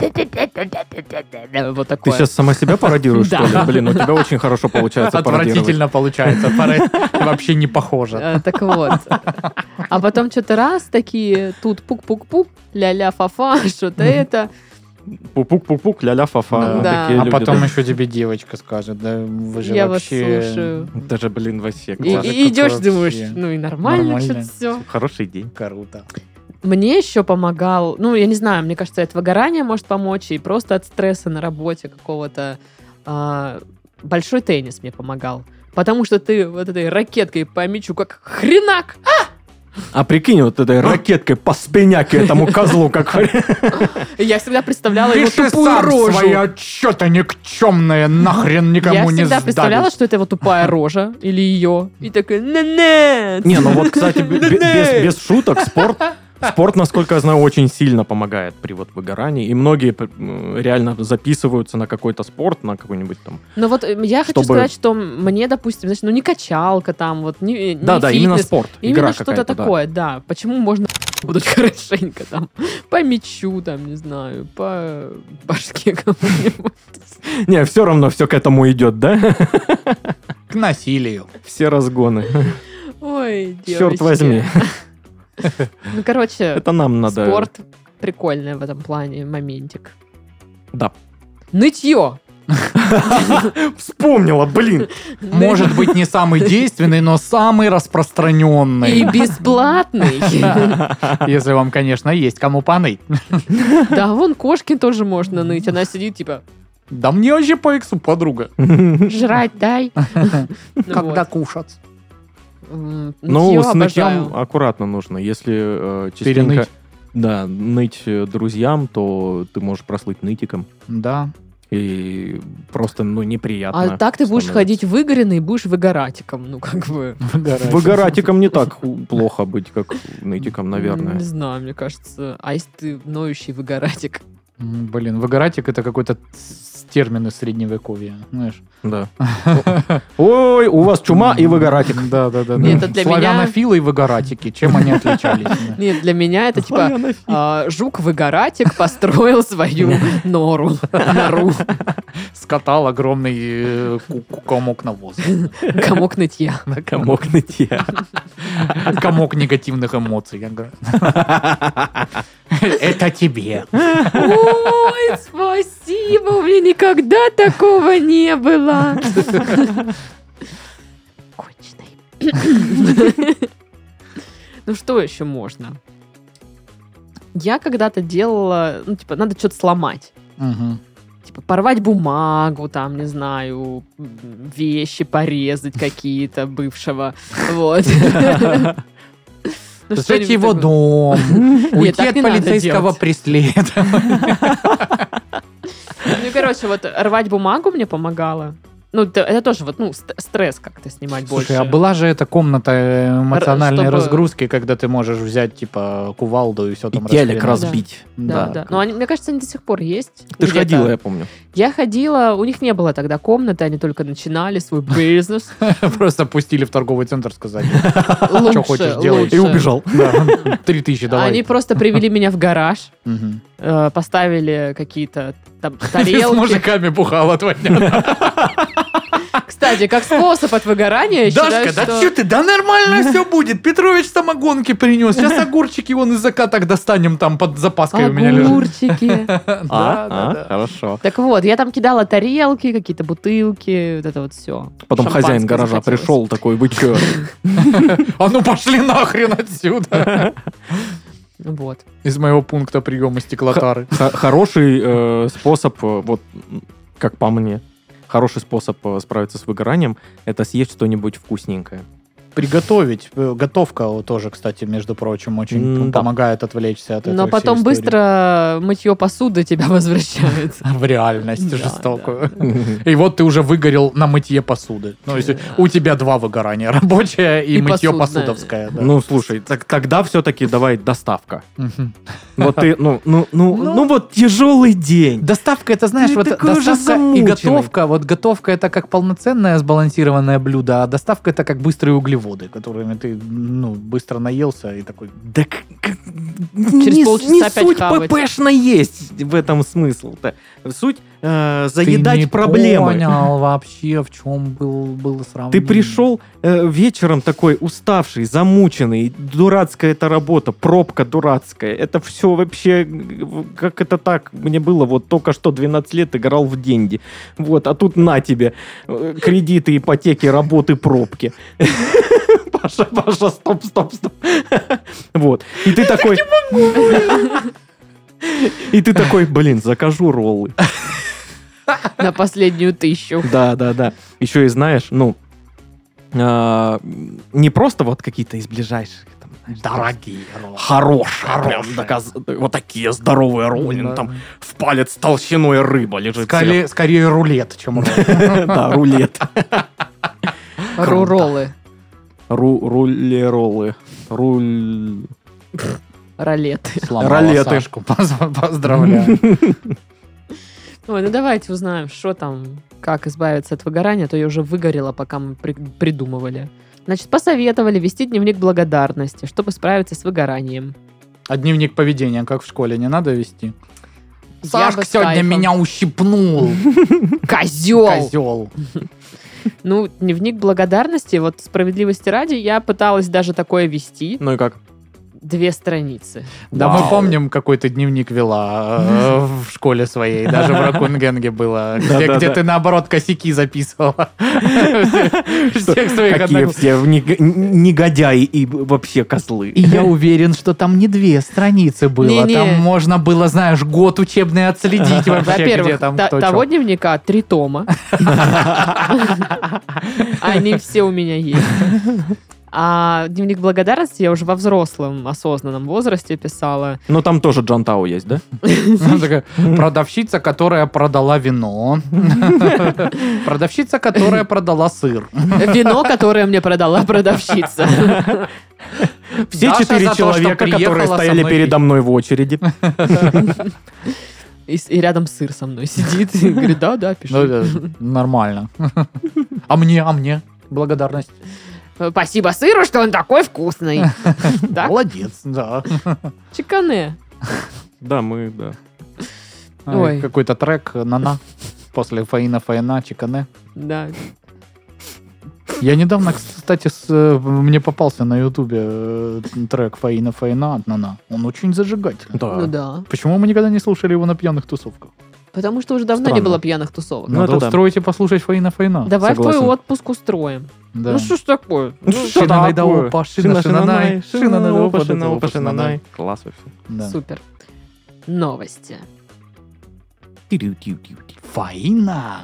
Вот Ты такое. сейчас сама себя пародируешь, что ли? Да. Блин, у тебя очень хорошо получается пародировать. Отвратительно получается. Пара- Вообще не похоже. Э, Так вот. А потом что-то раз такие, тут пук-пук-пук, ля-ля фа-фа, что-то это. Пук-пук-пук, ля-ля фа-фа. Да. Вот Да. такие А люди, потом да. еще тебе девочка скажет, да, вы же Я вас вообще... слушаю. Это же, блин, вообще И, класс. Класс. и идешь, Вообще. думаешь, ну и нормально, Нормально. что-то все. Хороший день. Круто. Мне еще помогал, ну, я не знаю, мне кажется, от выгорания может помочь, и просто от стресса на работе какого-то. а, большой теннис мне помогал. Потому что ты вот этой ракеткой по мячу как хренак. А прикинь, вот этой ракеткой по спиняке этому козлу, как... И я всегда представляла его Пиши тупую сам рожу. свои отчеты никчемные, нахрен никому Я не всегда сдались. представляла, что это его тупая рожа или ее. И такая, не-не. Не, ну вот, кстати, бе- бе- без, без шуток, спорт, спорт, насколько я знаю, очень сильно помогает при вот выгорании. И многие м, реально записываются на какой-то спорт, на какой-нибудь там... Ну вот э, я хочу Чтобы- сказать, что мне, допустим, знаешь, ну не качалка там, вот не, не Да-да, именно фитнес, спорт, именно игра что-то какая-то, да. такое, да. Почему можно будут хорошенько там по мячу, там, не знаю, по башке кому-нибудь. Не, все равно все к этому идет, да? К насилию. Все разгоны. Ой, девочки. Черт возьми. Ну, короче, Это нам надо... спорт прикольный в этом плане моментик. Да. Нытье. Вспомнила, блин. Может быть, не самый действенный, но самый И распространенный. бесплатный. Если вам, конечно, есть кому поныть. Да, вон Кошкин тоже можно ныть. Она сидит, типа, Да мне вообще по иксу, подруга. жрать дай. Ну Когда вот. кушать? М, Ну, нытьё с нытьем обожаю. аккуратно нужно. Если э, частенько... Переныть. Да, ныть э, друзьям, то ты можешь прослыть нытиком. Да. И просто, ну, неприятно. А так ты будешь становится. ходить выгоренный и будешь выгоратиком. Ну, как бы... Выгоратиком не так плохо быть, как нытиком, наверное. Не знаю, мне кажется. А если ты ноющий выгоратик? М, Блин, выгоратик это какой-то с- термин из средневековья, знаешь. Да. Ой, у вас чума и выгоратик. Да, да, да. Нет, это для меня- Славянофилы и выгоратики. Чем они отличались? Нет, для меня это типа а, жук-выгоратик построил свою нору. Нору. Скатал огромный э, ку- ку- комок навоза. Комок нытья. Комок нытья. Комок негативных эмоций. Я говорю. Это тебе. Ой, спасибо, у меня никогда такого не было. Конченый. Ну что еще можно? Я когда-то делала, ну типа, надо что-то сломать. Мгм. Типа порвать бумагу, там, не знаю, м, вещи порезать какие-то бывшего. Вот. Ну, Сжечь что-нибудь его такое. дом. Уйти так от не надо полицейского делать. преследования. Ну, короче, вот рвать бумагу мне помогало. Ну, т- это тоже вот, ну, ст- стресс как-то снимать больше. Слушай, а была же эта комната эмоциональной чтобы- разгрузки, когда ты можешь взять, типа, кувалду и все И там телек расхренать? разбить. Да, да. Но они, мне кажется, они до сих пор есть. Ты же Где-то. ходила, я помню. Я ходила, у них не было тогда комнаты, они только начинали свой бизнес. Просто пустили в торговый центр, сказали. Лучше, хочешь, делай. лучше. И убежал. Да, три тысячи давай. Они просто привели меня в гараж, Мгм. э, поставили какие-то там Ты с тарелки. мужиками бухала два дня. Кстати, как способ от выгорания, я считаю, Дашка, да что... что ты, да нормально все будет. Петрович самогонки принес. Сейчас огурчики вон из закаток достанем, там под запаской у меня лежат. Огурчики. Да, А, да, а, да. хорошо. Так вот, я там кидала тарелки, какие-то бутылки, вот это вот все. Потом хозяин гаража пришел такой, вы че? А ну пошли нахрен отсюда. Вот. Из моего пункта приема стеклотары. Х- Хороший э, способ, э, вот м, как по мне, хороший способ э, справиться с выгоранием, это съесть что-нибудь вкусненькое. Приготовить. Э, Готовка вот тоже, кстати, между прочим, очень М, п- да. помогает отвлечься от этого. Но потом быстро мытье посуды тебя возвращает. В реальность Да, жестокую. И вот ты уже выгорел на мытье посуды. Ну, если у тебя два выгорания, рабочее и, И мытье посудное. посудовское. да. Ну, слушай, так, тогда все-таки давай доставка. Мгм. Вот ты, ну, ну, ну, Ну. ну вот тяжелый день. Доставка, это, знаешь, Ты вот такой уже доставка и замученный. готовка. Вот готовка это как полноценное сбалансированное блюдо, а доставка это как быстрые углеводы, которыми ты, ну, быстро наелся и такой... Да к- к- Через не, полчаса не опять суть хавать. ППшно есть в этом смысл-то. Суть э, Ты заедать не проблемы. понял вообще, в чем был, было сравнение. Ты пришел э, вечером такой уставший, замученный, дурацкая эта работа, пробка дурацкая. Это все вообще, как это так? Мне было вот только что двенадцать лет, играл в деньги. Вот, а тут на тебе э, кредиты, ипотеки, работы, пробки. Паша, Паша, стоп, стоп, стоп. Вот. И ты такой... И ты такой, блин, закажу роллы. На последнюю тысячу. Да, да, да. Еще и знаешь, ну, а, не просто вот какие-то из ближайших. Там, знаешь, Дорогие роллы. Хорошие, Хорошие. прям доказ- вот такие здоровые роллы. Да. Ну, там в палец толщиной рыба лежит. Скорее, скорее рулет, чем ролл. сверху. Да, рулет. Руролы. Ру- Рулеролы. Руль... Ролеты. Сломала Ролеты. Сашку. Поз- Поздравляю. Ой, ну давайте узнаем, что там, как избавиться от выгорания, а то я уже выгорела, пока мы при- придумывали. Значит, посоветовали вести дневник благодарности, чтобы справиться с выгоранием. А дневник поведения, как в школе, не надо вести? Я Сашка бы с сегодня кайфом. меня ущипнул. Козел! Козел. Ну, дневник благодарности, вот справедливости ради, я пыталась даже такое вести. Ну и как? Две страницы. Да, Вау. мы помним, какой ты дневник вела э, в школе своей. Даже в Ракунгенге было. Где Да-да-да. где ты, наоборот, косяки записывала. Всех своих Какие одногруппников. все нег- негодяи и вообще козлы. И я уверен, что там не две страницы было. Не-не. Там можно было, знаешь, год учебный отследить вообще, где Во-первых, там та- кто того чё. дневника три тома. Они все у меня есть. А дневник благодарности я уже во взрослом, осознанном возрасте писала. Ну там тоже Джантау есть, да? Ну, такая, продавщица, которая продала вино. Продавщица, которая продала сыр. Вино, которое мне продала продавщица. Все Даша четыре за то, что человека, которые приехала со стояли мной передо мной в очереди. И, с- и рядом сыр со мной сидит. И говорит, да, да, Ну, пиши. это нормально. А мне, а мне? Благодарность. Спасибо сыру, что он такой вкусный. Так, Молодец, да. чекане. Да, мы, да. Ой. Какой-то трек на-на после Фаина Фаина Чикане. Да. Я недавно, кстати, с, э, мне попался на Ютубе э, трек Фаина Фаина от Нана. Он очень зажигательный. Ну да. Почему мы никогда не слушали его на пьяных тусовках? Потому что уже давно не Странно. было пьяных тусовок. Ну, Надо это да. устроить и послушать Фаина Фаина. Давай в твой согласен. отпуск устроим. Да. Ну что ж такое? Ну, Ну, что Шина такое? найда опа, шина шинанай, шина найда опа, шина да, опа, опа, шинанай. шинанай. Класс вообще. Да. Супер. Новости. Фаина.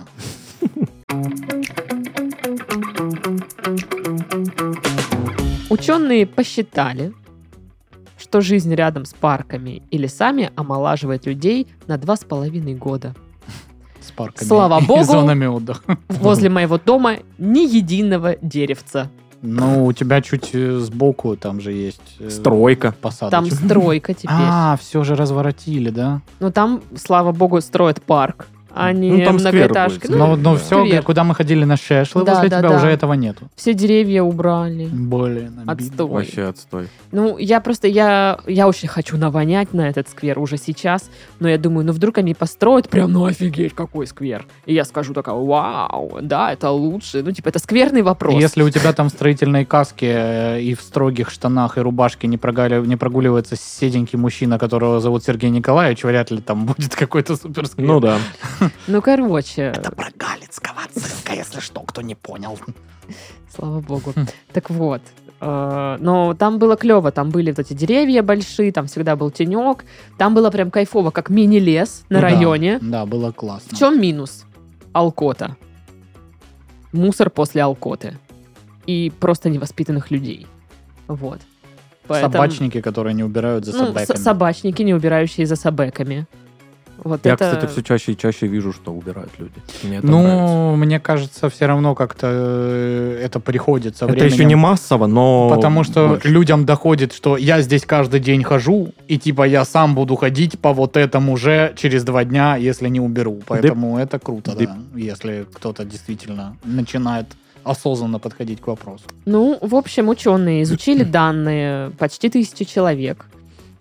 Ученые посчитали, что жизнь рядом с парками и лесами омолаживает людей на два с половиной года. С парками Слава и богу. зонами отдыха. Возле моего дома ни единого деревца. Ну, у тебя чуть э, сбоку там же есть э, Стройка. посадочка. Там стройка теперь. А, все же разворотили, да? Ну там, слава богу, строят парк, а не Ну, там сквер многоэтажки. будет. Ну, Но, но все, сквер. куда мы ходили на шешлы, Да, возле да, тебя да. уже этого нету. все деревья убрали. Блин, обидно. Отстой. Вообще отстой. Ну, я просто, я, я очень хочу навонять на этот сквер уже сейчас, но я думаю, ну вдруг они построят прям, ну офигеть, какой сквер. И я скажу такая, вау, да, это лучше. Ну, типа, это скверный вопрос. Если у тебя там в строительной каске э, и в строгих штанах и рубашке не, прогали- не прогуливается седенький мужчина, которого зовут Сергей Николаевич, вряд ли там будет какой-то суперсквер. Ну да. Ну, короче, про Галицкого цирка, если что, кто не понял. слава богу. Хм. Так вот, э, но там было клево, там были вот эти деревья большие, там всегда был тенек, там было прям кайфово, как мини-лес на Ну да, районе. Да, было классно. В чем минус? Алкота. Мусор после алкоты. И просто невоспитанных людей. Вот. Поэтому- Собачники, которые не убирают за Ну, собаками. с- собачники, не убирающие за собаками. Вот Я, это... кстати, все чаще и чаще вижу, что убирают люди. Мне это нравится. Ну, мне кажется, все равно как-то э, это приходит со Это временем. еще не массово, но... Потому что больше. людям доходит, что я здесь каждый день хожу, и типа я сам буду ходить по вот этому же через два дня, если не уберу. Поэтому это круто, Деп- да, если кто-то действительно начинает осознанно подходить к вопросу. Ну, в общем, ученые изучили данные почти тысячи человек.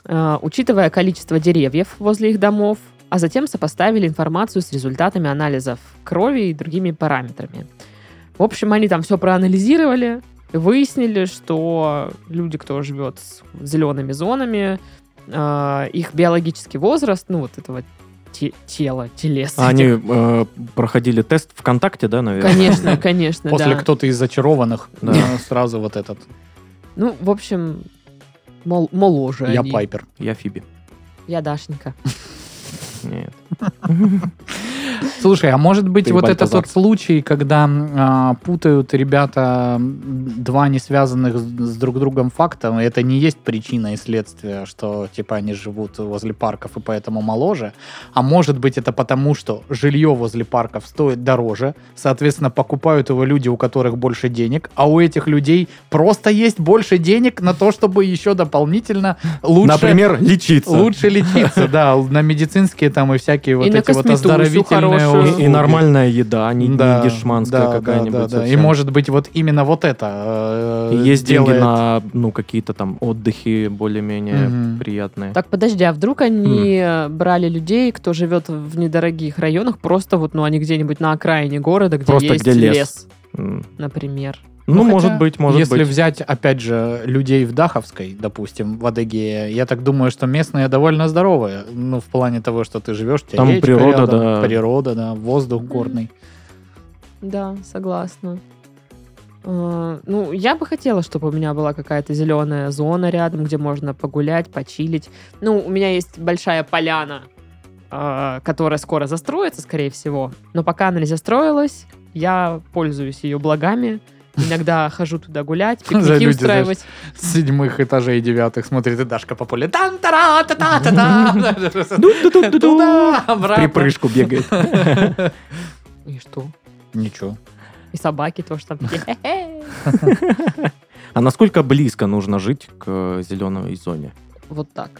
э, учитывая количество деревьев возле их домов, а затем сопоставили информацию с результатами анализов крови и другими параметрами. В общем, они там все проанализировали, выяснили, что люди, кто живет с зелеными зонами, э, их биологический возраст, ну, вот этого те- тела, телес. А они этих- э, проходили тест ВКонтакте, да, наверное? Конечно, конечно, После да. кто-то из зачарованных, Да. э, сразу вот этот. Ну, в общем, мол- моложе Я они. Пайпер. Я Фиби. Я Дашенька. Нет. Слушай, а может быть Ты вот это Бальтазар. тот случай, когда а, путают ребята м, два не связанных с, с друг другом факта, это не есть причина и следствие, что типа они живут возле парков и поэтому моложе, а может быть это потому, что жилье возле парков стоит дороже, соответственно покупают его люди, у которых больше денег, а у этих людей просто есть больше денег на то, чтобы еще дополнительно лучше... Например, лечиться. Лучше лечиться, да, на медицинские там и всякие вот И на эти вот косметусю оздоровительные хорошую. услуги. И, и нормальная еда, а не, не Да, дешманская да, какая-нибудь. да, да, да. И совсем. может быть вот именно вот это И э, есть делает- деньги на ну, какие-то там отдыхи более-менее Мгм. приятные. Так, подожди, а вдруг они э, брали людей, кто живет в недорогих районах, просто вот, ну, они где-нибудь на окраине города, где Просто есть где лес. лес, М. например. Ну, хотя, может быть, может Если быть. взять, опять же, людей в Даховской, допустим, в Адыгее, я так думаю, что местные довольно здоровые. Ну, в плане того, что ты живешь, у тебя Там речка природа, рядом, да. природа, да, воздух Мгм. горный. Да, согласна. Э, Ну, я бы хотела, чтобы у меня была какая-то зеленая зона рядом, где можно погулять, почилить. Ну, у меня есть большая поляна, э, которая скоро застроится, скорее всего. Но пока она не застроилась, я пользуюсь ее благами. Иногда хожу туда гулять, За пикники люди, устраивать. С седьмых этажей девятых смотрит и Дашка по полю. тан та та та та та Туда, В обратно. припрыжку бегает. И что? Ничего. И собаки тоже там такие. «Хе-хе». А насколько близко нужно жить к зеленой зоне? Вот так.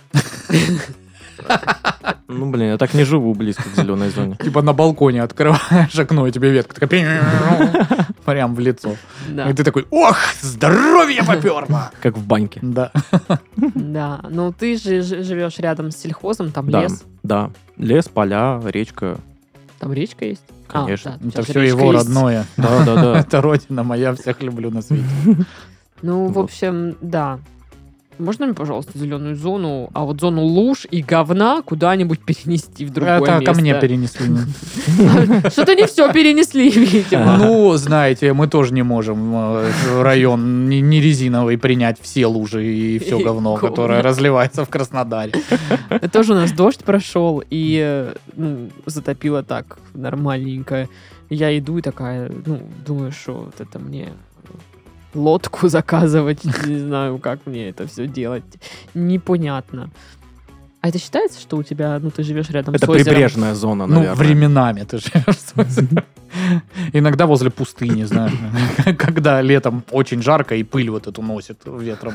Ну, блин, я так не живу близко к зеленой зоне. Типа на балконе открываешь окно, и тебе ветка такая прям в лицо. Да. И ты такой, ох, здоровье поперло. Как в баньке. Да. Да. Ну, ты же ж- живешь рядом с сельхозом, там Да, лес. да. Лес, поля, речка. Там речка есть? Конечно. А, да, у Это тебя же все речка его есть. родное. Да, да, да. Это родина моя, всех люблю на свете. Ну, в Вот. общем, да. Можно мне, пожалуйста, зеленую зону, а вот зону луж и говна куда-нибудь перенести в другое Это ко место? мне перенесли. Что-то не все перенесли, видимо. Ну, знаете, мы тоже не можем э, район не не резиновый принять все лужи и все И говно, говно. которое разливается в Краснодаре. Тоже у нас дождь прошел, и э, ну, затопило так нормальненько. Я иду и такая, ну, думаю, что вот это мне лодку заказывать, не знаю, как мне это все делать. Непонятно. А это считается, что у тебя, ну, ты живешь рядом Это с озером? прибрежная зона, Ну, наверное. временами ты живешь. Иногда возле пустыни, знаешь. Когда летом очень жарко и пыль вот эту носит ветром.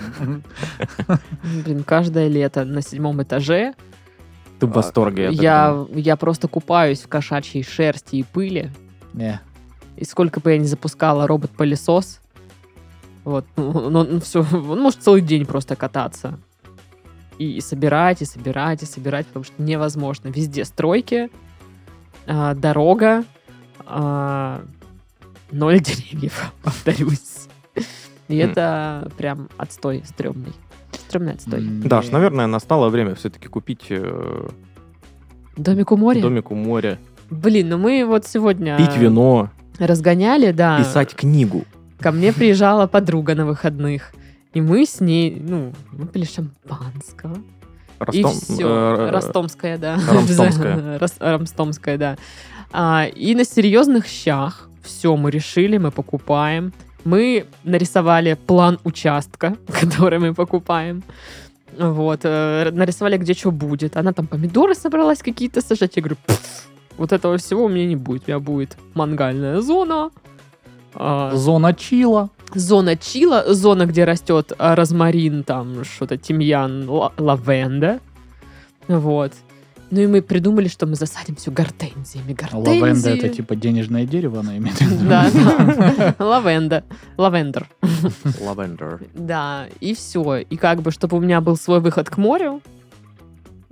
Блин, каждое лето на седьмом этаже Ты в восторге. так я, думаю. я просто купаюсь в кошачьей шерсти и пыли. Не. И сколько бы я ни запускала робот-пылесос, вот, ну, ну, ну, все, он может целый день просто кататься. И, и собирать, и собирать, и собирать, потому что невозможно. Везде стройки, а, дорога, а, ноль деревьев, повторюсь. И Хм. это прям отстой стрёмный. Стрёмный отстой. Даш, наверное, настало время все-таки купить э, Домик у моря? домик у моря, Блин, ну мы вот сегодня пить вино, разгоняли, да. писать книгу. Ко мне приезжала подруга на выходных. И мы с ней, ну, выпили шампанского. И Ростом- все. э, Ростомская, да. Рамстомская. Рос- Рамстомская, да. А, и на серьезных щах все мы решили, мы покупаем. Мы нарисовали план участка, который мы покупаем. Вот. э, Нарисовали, где что будет. Она там помидоры собралась какие-то сажать. Я говорю, «Пф, вот этого всего у меня не будет. У меня будет мангальная зона, а, Зона чила. зона чила, зона, где растет а, розмарин, там что-то, тимьян, ла- лавенда. Вот. Ну и мы придумали, что мы засадим все гортензиями. Гортензии. Лавенда это типа денежное дерево, она имеет в виду? Да, да. Лавенда. Лавендер. Лавендер. Да, и все. И как бы, чтобы у меня был свой выход к морю,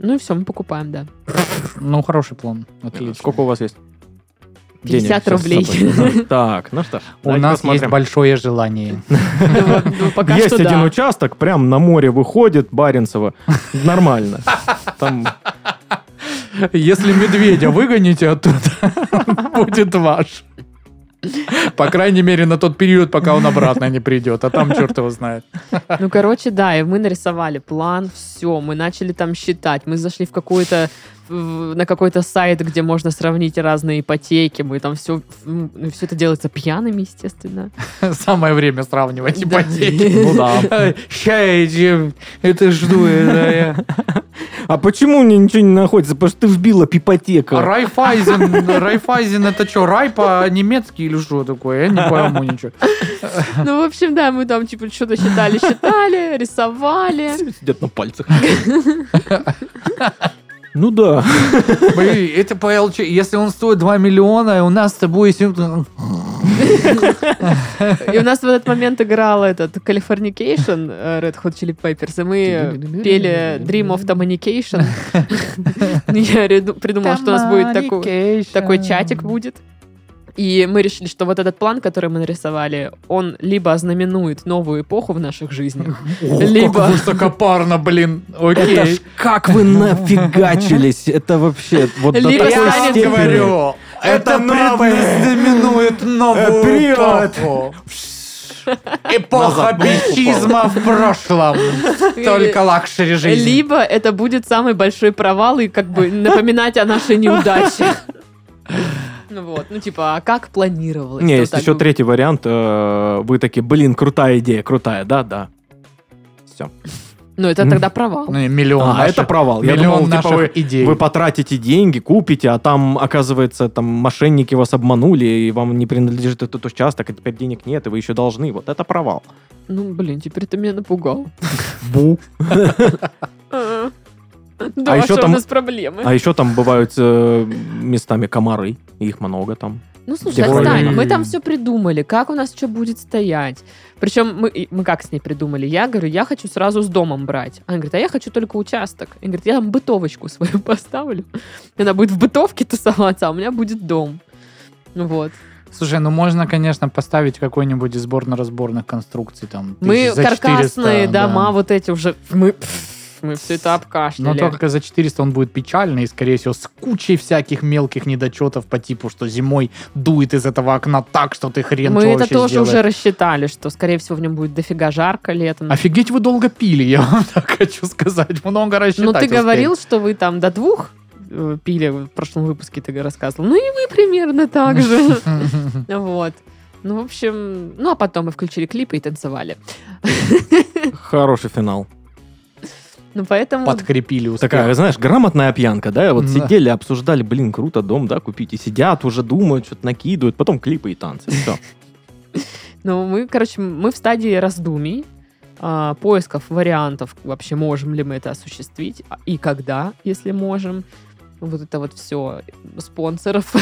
Ну и все, мы покупаем, да. Ну, хороший план. Отлично. Сколько у вас есть? пятьдесят Денег рублей. сейчас с собой? Так, ну что ж. У давайте нас посмотрим. есть большое желание. Ну вот, ну, пока Есть что один да. участок, прям на море выходит, Баренцево. Нормально. Там Если медведя выгоните оттуда, будет ваш. По крайней мере, на тот период, пока он обратно не придет. А там черт его знает. Ну, короче, да, и мы нарисовали план, все, мы начали там считать, мы зашли в какой-то в- на какой-то сайт, где можно сравнить разные ипотеки, мы там все, все это делается пьяными, естественно. Самое время сравнивать Да. ипотеки. Ну да. Ща я это жду. это я. А почему мне ничего не находится? Потому что ты вбила ипотека. Райфайзен, Райфайзен это что, рай по-немецки или что такое? Я не пойму ничего. Ну, в общем, да, мы там типа что-то считали, считали, рисовали. Сидят на пальцах. Ну да. Блин, это по эл че, если он стоит два миллиона, у нас с тобой... И у нас в этот момент играл этот Californication, э, Red Hot Chili Peppers, и мы пели Dream of Dominication. Я реду- придумала, что у нас будет такой, такой чатик будет. И мы решили, что вот этот план, который мы нарисовали, он либо ознаменует новую эпоху в наших жизнях, либо... Как высокопарно, блин. Это ж Окей. как вы нафигачились? Это вообще вот до Либо такой станет, степени. говорю, это предзнаменует новую Вперед! эпоху. Эпоха Назад бичизма в прошлом. Только лакшери жизни. Либо это будет самый большой провал и как бы напоминать о нашей неудаче. Ну вот, ну типа, а как планировалось? Не, Вот есть так еще бы. третий вариант. э, Вы такие, блин, крутая идея, крутая, да, да. Все. Ну это тогда провал. Ну, и миллион А, наших- это провал. Я миллион думал, типа, наших вы, идей. вы потратите деньги, купите, а там, оказывается, там мошенники вас обманули, и вам не принадлежит этот участок, а теперь денег нет, и вы еще должны. Вот это провал. Ну блин, теперь ты меня напугал. Бу. А. Да, А еще что там- у нас проблемы? А еще там бывают э, местами комары, и их много там. Ну слушай, Ой. отстань, мы там все придумали, как у нас что будет стоять. Причем мы, и мы как с ней придумали? Я говорю, я хочу сразу с домом брать. Она говорит, а я хочу только участок. Я говорю, я там бытовочку свою поставлю. И она будет в бытовке тусоваться, а у меня будет дом. Ну вот. Слушай, ну можно, конечно, поставить какой-нибудь из сборно-разборных конструкций там. Мы тысяч за каркасные четыреста, дома, да. вот эти уже... Мы, мы все это Но обкашляли. только за четыреста он будет печальный, и, скорее всего, с кучей всяких мелких недочетов по типу, что зимой дует из этого окна так, что ты хрен Мы что это вообще тоже сделаешь. уже рассчитали, что, скорее всего, в нем будет дофига жарко летом. Офигеть, вы долго пили, я вам так хочу сказать. Много рассчитать Ну, ты успели. говорил, что вы там до двух э, пили, в прошлом выпуске ты рассказывал. Ну, и мы примерно так же. Вот. Ну, в общем, ну, а потом мы включили клипы и танцевали. Хороший финал. Ну, поэтому... Подкрепили успех. Такая, знаешь, грамотная пьянка, да? Вот Да. сидели, обсуждали, блин, круто, дом, да, купить. И сидят, уже думают, что-то накидывают, потом клипы и танцы. Все. мы Ну, мы, короче, мы в стадии раздумий, а, поисков вариантов, вообще можем ли мы это осуществить, а- и когда, если можем. Вот это вот все спонсоров.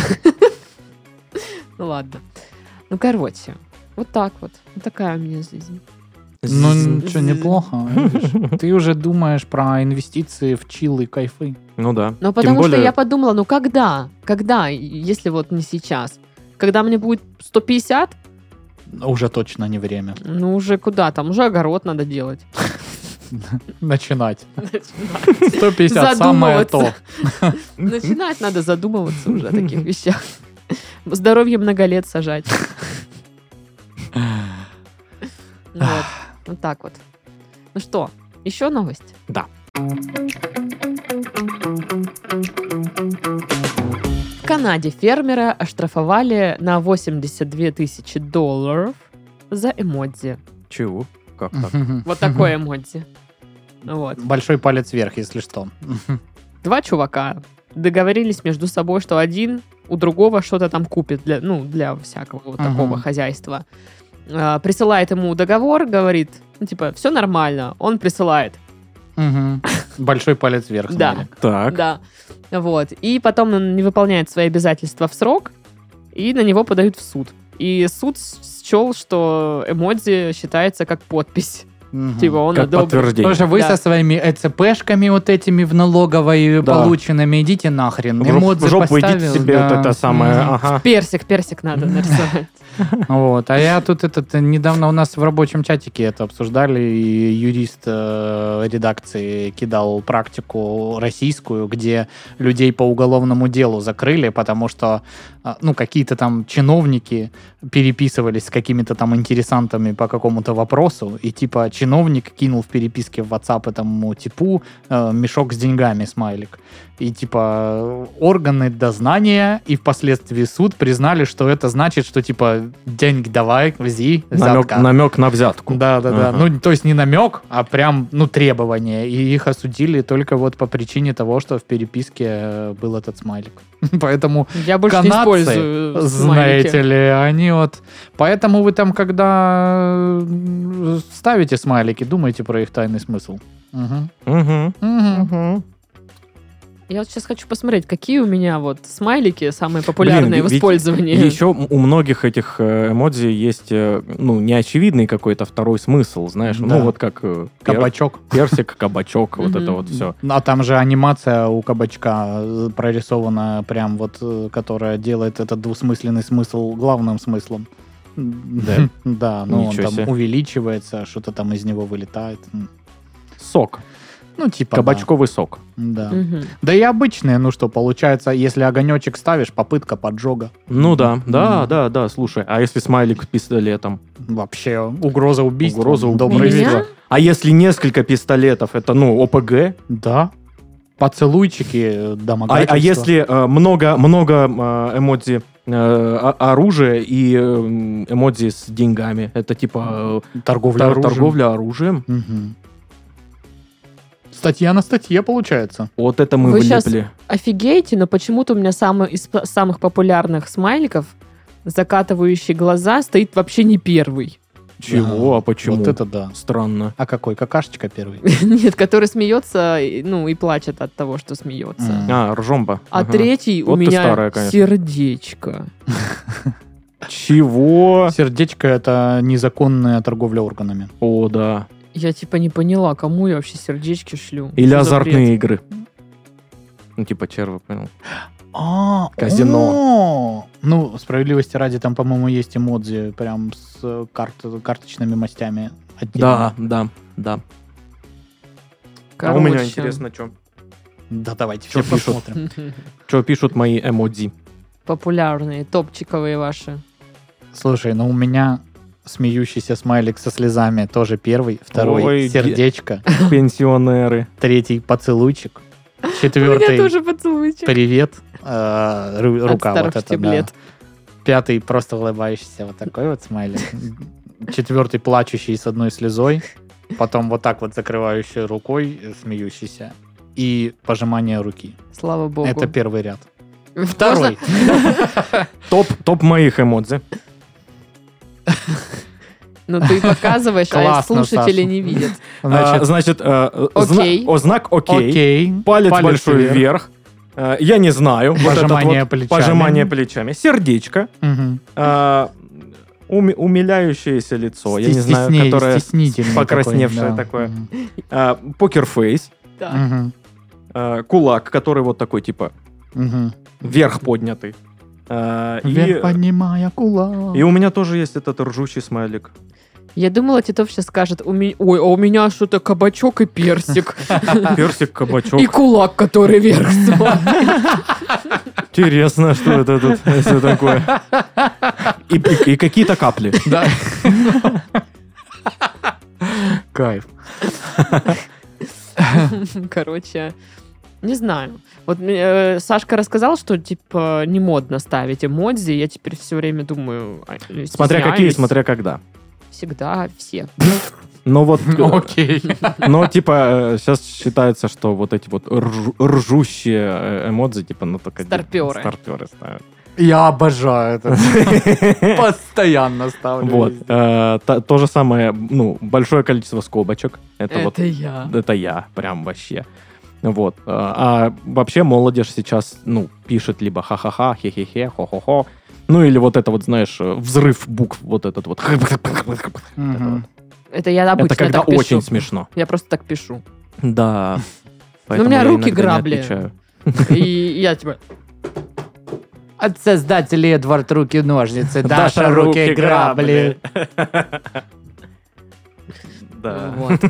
Ну, ладно. Ну, короче, вот так вот. Вот такая у меня жизнь. Ну, ничего, неплохо. видишь. Ты уже думаешь про инвестиции в чил и кайфы. Ну да. Ну, Тем потому что более- я подумала, ну, когда? Когда, если вот не сейчас? Когда мне будет сто пятьдесят, Уже точно не время. ну, уже куда там? Уже огород надо делать. Начинать. сто пятьдесят самое то. Задумываться. Начинать надо задумываться уже о таких вещах. Здоровье много лет сажать. Вот. Вот так вот. Ну что, еще новость? Да. В Канаде фермера оштрафовали на восемьдесят две тысячи долларов за эмодзи. Чего? Как так? Вот такое эмодзи. Вот. Большой палец вверх, если что. Два чувака договорились между собой, что один у другого что-то там купит для, ну, для всякого вот Мгм. такого хозяйства. А, присылает ему договор, говорит, ну, типа, все нормально. Он присылает. Мгм. Большой палец вверх. Да. смайлик. Так. Да. Вот. И потом он не выполняет свои обязательства в срок, и на него подают в суд. И суд счел, что эмодзи считается как подпись. Мгм. Типа он Как одобрит. подтверждение. Тоже вы Да. со своими ЭЦПшками вот этими в налоговой Да. полученными, идите нахрен. В жоп- Эмодзи в жопу идите поставил, себе да. вот это самое, Мгм. ага. Персик, персик надо нарисовать. Вот. А я тут этот недавно у нас в рабочем чатике это обсуждали, и юрист э, редакции кидал практику российскую, где людей по уголовному делу закрыли, потому что э, ну, какие-то там чиновники переписывались с какими-то там интересантами по какому-то вопросу, и типа чиновник кинул в переписке в WhatsApp этому типу э, мешок с деньгами, смайлик. И типа органы дознания и впоследствии суд признали, что это значит, что типа деньги давай, вези, Намек, взятка. намек на взятку. Да, да, да. Ага. Ну, то есть не намек, а прям, ну, требование. И их осудили только вот по причине того, что в переписке э, был этот смайлик. Поэтому Я больше не канадцы, использую знаете смайлики. ли, они вот... Поэтому вы там, когда э, ставите смайлики, думайте про их тайный смысл. Мгм. Мгм. Мгм. Мгм. Я вот сейчас хочу посмотреть, какие у меня вот смайлики самые популярные Блин, в ведь использовании. Еще у многих этих э, эмодзи есть, э, ну, неочевидный какой-то второй смысл, знаешь. Да. Ну, вот как э, пер- Кабачок. персик, кабачок, вот Мгм. это вот все. А там же анимация у кабачка э, прорисована прям вот, э, которая делает этот двусмысленный смысл главным смыслом. Да? Да, ну он Ничего там себе. увеличивается, что-то там из него вылетает. М. Сок. Ну, типа, Кабачковый сок. Да. Да. Мгм. Да и обычные, ну что, получается, если огонечек ставишь, попытка поджога. Ну да, да, Мгм. да, да, слушай. А если смайлик с пистолетом? Вообще, угроза убийства. Угроза Добрый убийства. вечер. А если несколько пистолетов, это, ну, ОПГ? Да. Поцелуйчики, А, домогательства. а если э, много, много э, эмодзи э, о- оружия и э, эмодзи с деньгами, это типа э, Торговля тор- оружием. торговля оружием? Мгм. Статья на статье получается. Вот это мы Вы щас- вылепли. Офигеете, но почему-то у меня самый, из п- самых популярных смайликов, закатывающий глаза, стоит вообще не первый. Чего? А почему? Вот это да. Странно. А какой? Какашечка первый? Нет, который смеется, и- ну, и плачет от того, что смеется. М. А, ржомба. А Ага. третий у Вот ты меня старая, конечно. сердечко. Чего? Сердечко — это незаконная торговля органами. О, да. Я типа не поняла, кому я вообще сердечки шлю. Или Что за бред? азартные игры. Ну, типа червы, понял. А, Казино. о! Ну, справедливости ради, там, по-моему, есть эмодзи прям с э, карт- карточными мастями. Да, отдельно. да, да. Короче. А у меня интересно, что Да, давайте Чё все пишут? посмотрим. что пишут мои эмодзи. Популярные, топчиковые ваши. Слушай, ну у меня смеющийся смайлик со слезами тоже первый, второй Ой, сердечко, Пенсионеры. третий поцелуйчик, У меня четвертый тоже поцелуйчик. привет, э, ру- От рука вот старых эта, да. штиблет. Пятый просто улыбающийся, вот такой вот смайлик. Четвертый плачущий с одной слезой, потом вот так вот закрывающий рукой, э, смеющийся, и пожимание руки. Слава богу. Это первый ряд. Можно- Второй. Топ, топ моих эмодзи. Ну ты показываешь, а Классно, слушатели Саша. не видят. А, Значит, Значит, э, зна- Окей. о, знак окей. окей. Палец, большой вверх. вверх. Э, Я не знаю. Вот этот Пожимание вот плечами. Пожимание плечами. Сердечко. Мгм. э, уми- умиляющееся лицо. Я не знаю, Стесне- которое стеснительный покрасневшее такой, да. такое. Мгм. э, покерфейс. Так. Мгм. э, Кулак, который вот такой, типа, Мгм. вверх поднятый. Э, Вверх И, поднимая кулак. и у меня тоже есть этот ржущий смайлик. Я думала, Титов сейчас скажет, у меня, ой, а у меня что-то кабачок и персик. Персик, кабачок. И кулак, который вверх смотрит. Интересно, что это тут все такое. И, и- и какие-то капли. Да. Кайф. Короче, не знаю. Вот мне, э, Сашка рассказал, что типа не модно ставить эмодзи. Я теперь все время думаю, а, Смотря какие, стесняюсь. смотря когда. Всегда все. Но вот, э, Окей. но типа сейчас считается, что вот эти вот ржу- ржущие э, эмодзи, типа, ну только Старпёры. старперы ставят. Я обожаю это. Постоянно ставлю. Вот. везде. э, та- То же самое, ну, большое количество скобочек. Это вот Это я. это я, прям вообще. Вот. А а вообще молодежь сейчас, ну, пишет либо ха-ха-ха, хе-хе-хе, хо-хо-хо. Ну, или вот это вот, знаешь, взрыв букв, вот этот вот. Мгм. Это я обычно Это когда так пишу. очень смешно. Я просто так пишу. Да. Но у меня Поэтому я руки иногда не грабли. отвечаю. И я типа... От создателей Эдвард руки-ножницы, Даша Даша руки-грабли. Да. Вот.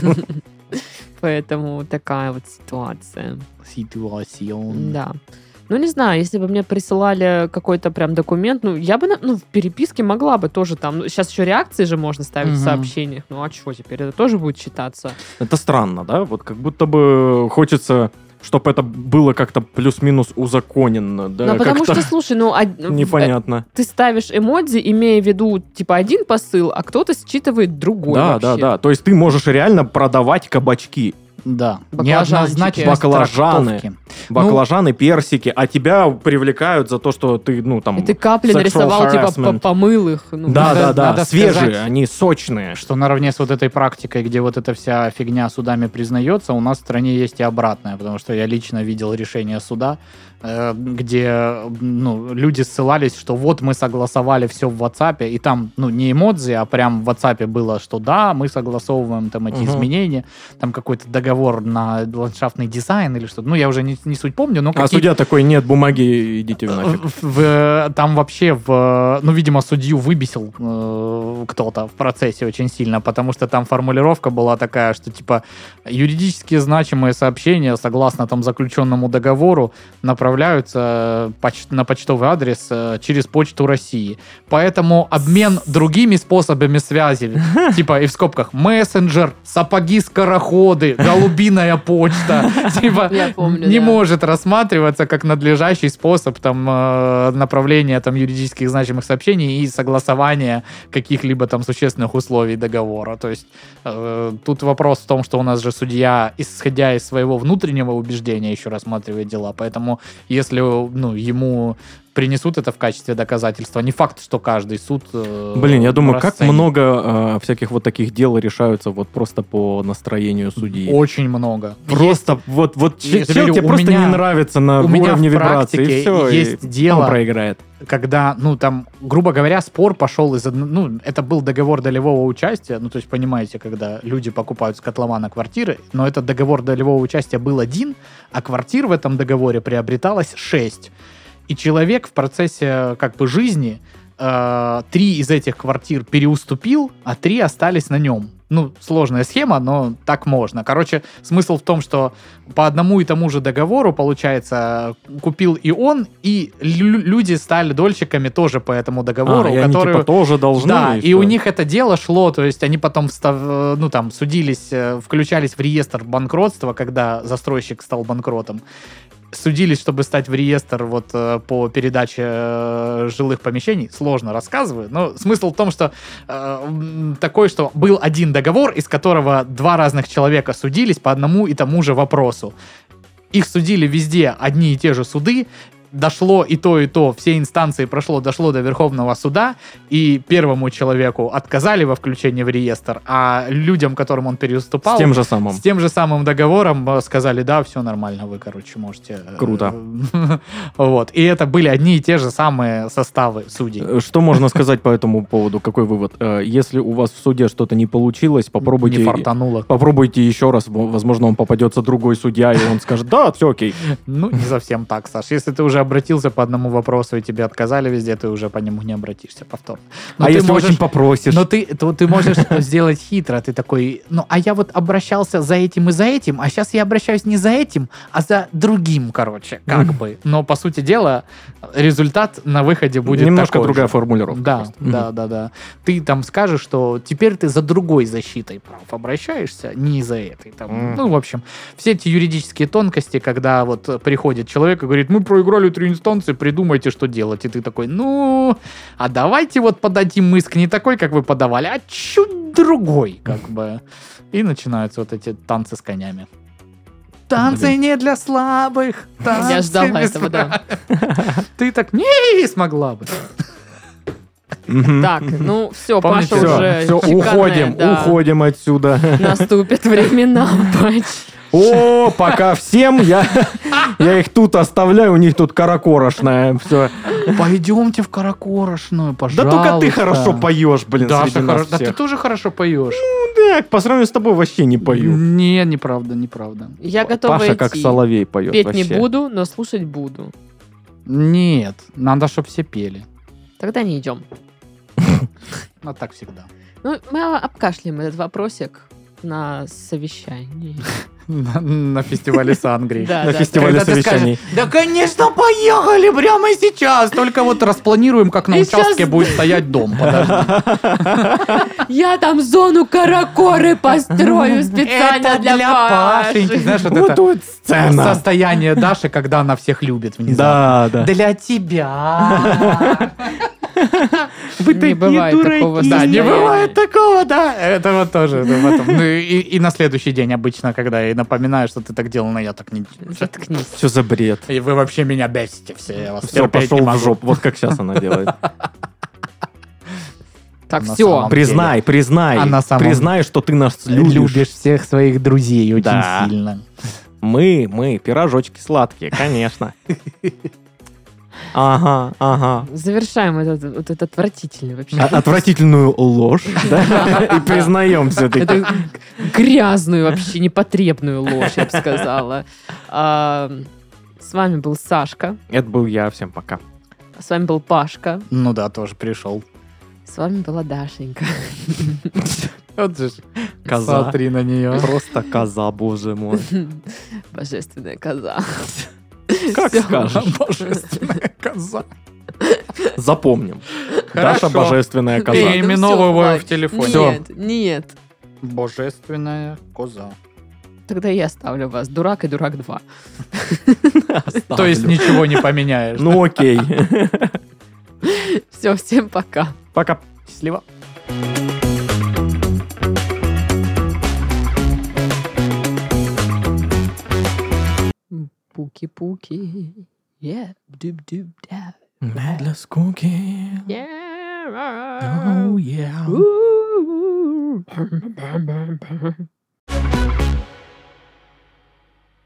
Поэтому такая вот ситуация. Ситуацион. Да. Ну, не знаю, если бы мне присылали какой-то прям документ, ну, я бы, на- ну, в переписке могла бы тоже там... Ну, сейчас еще реакции же можно ставить в Мгм. сообщениях. Ну, а что теперь? Это тоже будет считаться. Это странно, да? Вот как будто бы хочется, чтобы это было как-то плюс-минус узаконено. Да? Ну, потому как-то что, слушай, ну, од- непонятно. ты ставишь эмодзи, имея в виду, типа, один посыл, а кто-то считывает другой Да, вообще. да, да. То есть ты можешь реально продавать кабачки, Да. Баклажанчики. Неоднозначность Баклажаны. трактовки. баклажаны, персики, а тебя привлекают за то, что ты, ну, там... И ты капли sexual нарисовал, типа, harassment. по- помыл их. Ну, Да, Надо- да, да, надо свежие, сказать, они сочные. Что наравне с вот этой практикой, где вот эта вся фигня судами признается, у нас в стране есть и обратное, потому что я лично видел решение суда, э, где ну, люди ссылались, что вот мы согласовали все в WhatsApp, и там ну, не эмодзи, а прям в WhatsApp было, что да, мы согласовываем там эти Мгм. изменения, там какой-то договор на ландшафтный дизайн или что-то, ну я уже не, не суть помню, но А какие- судья такой, нет, бумаги, идите вы нафиг. в- в- там вообще, в, ну, видимо, судью выбесил э, кто-то в процессе очень сильно, потому что там формулировка была такая, что, типа, юридически значимые сообщения, согласно там заключенному договору, направляются поч- на почтовый адрес э, через Почту России. Поэтому обмен другими способами связи, типа, и в скобках, мессенджер, сапоги-скороходы, голубиная почта, типа, Я помню, не да. может рассматриваться как надлежащий способ там э, направления там юридических значимых сообщений и согласования каких-либо там существенных условий договора. То есть э, тут вопрос в том, что у нас же судья, исходя из своего внутреннего убеждения, еще рассматривает дела. Поэтому если ну, ему принесут это в качестве доказательства, не факт, что каждый суд э, Блин, я думаю, как расценит. много э, всяких вот таких дел решаются вот просто по настроению судьи. Очень много. Просто вот, вот Я че- говорю, чел тебе у просто меня- не нравится на у меня уровне в вибрации, и практике все, есть и дело- он проиграет. Когда, ну, там, грубо говоря, спор пошел из одного... Ну, это был договор долевого участия, ну, то есть, понимаете, когда люди покупают с котлована квартиры, но этот договор долевого участия был один, а квартир в этом договоре приобреталось шесть. И человек в процессе, как бы, жизни э, три из этих квартир переуступил, а три остались на нем. Ну, сложная схема, но так можно. Короче, смысл в том, что по одному и тому же договору, получается, купил и он, и лю- люди стали дольщиками тоже по этому договору, А, и они который... типа тоже должны. Да, и что? у них это дело шло, то есть они потом встав, ну, там, судились, э, включались в реестр банкротства, когда застройщик стал банкротом. Судились, чтобы стать в реестр вот э, по передаче э, жилых помещений. Сложно рассказываю, но смысл в том, что э, м, такой, что был один договор, из которого два разных человека судились по одному и тому же вопросу. Их судили везде одни и те же суды, дошло и то, и то, все инстанции прошло, дошло до Верховного суда, и первому человеку отказали во включении в реестр, а людям, которым он переуступал, С тем же самым. с тем же самым договором э, сказали, да, все нормально, вы, короче, можете... э, Круто. Вот. И это были одни и те же самые составы судей. Э, Что можно сказать по этому поводу? Какой вывод? Э, Если у вас в суде что-то не получилось, попробуйте... Не фартануло. Попробуйте еще раз, в- возможно, вам попадется другой судья, и он скажет, да, все окей. Ну, не совсем так, Саш. Если ты уже обратился по одному вопросу, и тебе отказали везде, ты уже по нему не обратишься повторно. Но А ты если можешь- очень попросишь? Но ты, то ты можешь сделать хитро. Ты такой, ну, а я вот обращался за этим и за этим, а сейчас я обращаюсь не за этим, а за другим, короче, как бы. Но, по сути дела, результат на выходе будет Немножко такой другая же. формулировка. Да, просто. да, Мгм. да, да. Ты там скажешь, что теперь ты за другой защитой прав обращаешься, не за этой. Там. М. Ну, в общем, все эти юридические тонкости, когда вот приходит человек и говорит, мы проиграли три инстанции, придумайте, что делать. И ты такой, ну, а давайте вот подадим иск не такой, как вы подавали, а чуть другой, как бы. И начинаются вот эти танцы с конями. Танцы Блин. не для слабых. Танцы Я ждала без этого, да. правил. Ты так не смогла бы. Мгм. Так, ну все, Помните, Паша Всё, уже всё, шикарная, уходим, да. уходим отсюда. Наступят времена, Пач. О, пока всем, я, я их тут оставляю, у них тут каракорошная, все. Пойдемте в Каракорошную, Да пожалуйста. только ты хорошо поешь, блин, Даша, среди нас хоро- да ты всех. тоже хорошо поешь. Так, по сравнению с тобой вообще не пою. Нет, неправда, неправда. Я готова Паша как идти. соловей поет Петь вообще. не буду, но слушать буду. Нет, надо, чтобы все пели. Тогда не идем. А так всегда. Ну, мы обкашляем этот вопросик на совещании. На, на фестивале Сангрии. Да, На да, фестивале Когда ты совещаний. скажешь, да, конечно, поехали прямо сейчас. Только вот распланируем, как на И участке щас- будет стоять дом. Подожди. Я там зону каракоры построю специально Это для, для Паши. Пашеньки. Знаешь, вот Вот это тут сцена. состояние Даши, когда она всех любит внезапно. Да, да. Для тебя. Вы Не бывает такого Да, не состояния. бывает такого, да. Это вот тоже. это потом. Ну, и, и на следующий день обычно, когда я напоминаю, что ты так делал, но я так не... Заткнись. Что за бред? И вы вообще меня бесите все. Я вас Все, терпеть пошел не в могу. жопу. Вот как сейчас она делает. Так, На все. самом- Признай, признай. А на самом- Признай, что ты нас любишь. Любишь всех своих друзей очень Да. сильно. Мы, мы, пирожочки сладкие, конечно. Ага, ага. Завершаем этот, вот этот отвратительный вообще. А- Отвратительную ложь, да? И признаем все-таки. Это грязную вообще, непотребную ложь, я бы сказала. А, С вами был Сашка, Это был я. Всем пока. с вами был Пашка, Ну да, тоже пришел. с вами была Дашенька. Вот же ж, Коза. смотри на нее. Просто коза, боже мой. Божественная коза. Как Всё. скажешь. Божественная коза. Запомним. Хорошо. Даша божественная Ты коза. Ладно, именовываю всё, хватит. в телефоне. Всё. Нет, нет. Божественная коза. Тогда я ставлю вас. Дурак и дурак два. То есть ничего не поменяешь. Ну окей. Все, всем пока. Пока. Счастливо. Пуки-пуки. Yeah. Дуб-дуб-да. Медля скуки. Yeah. Oh yeah. Ooh.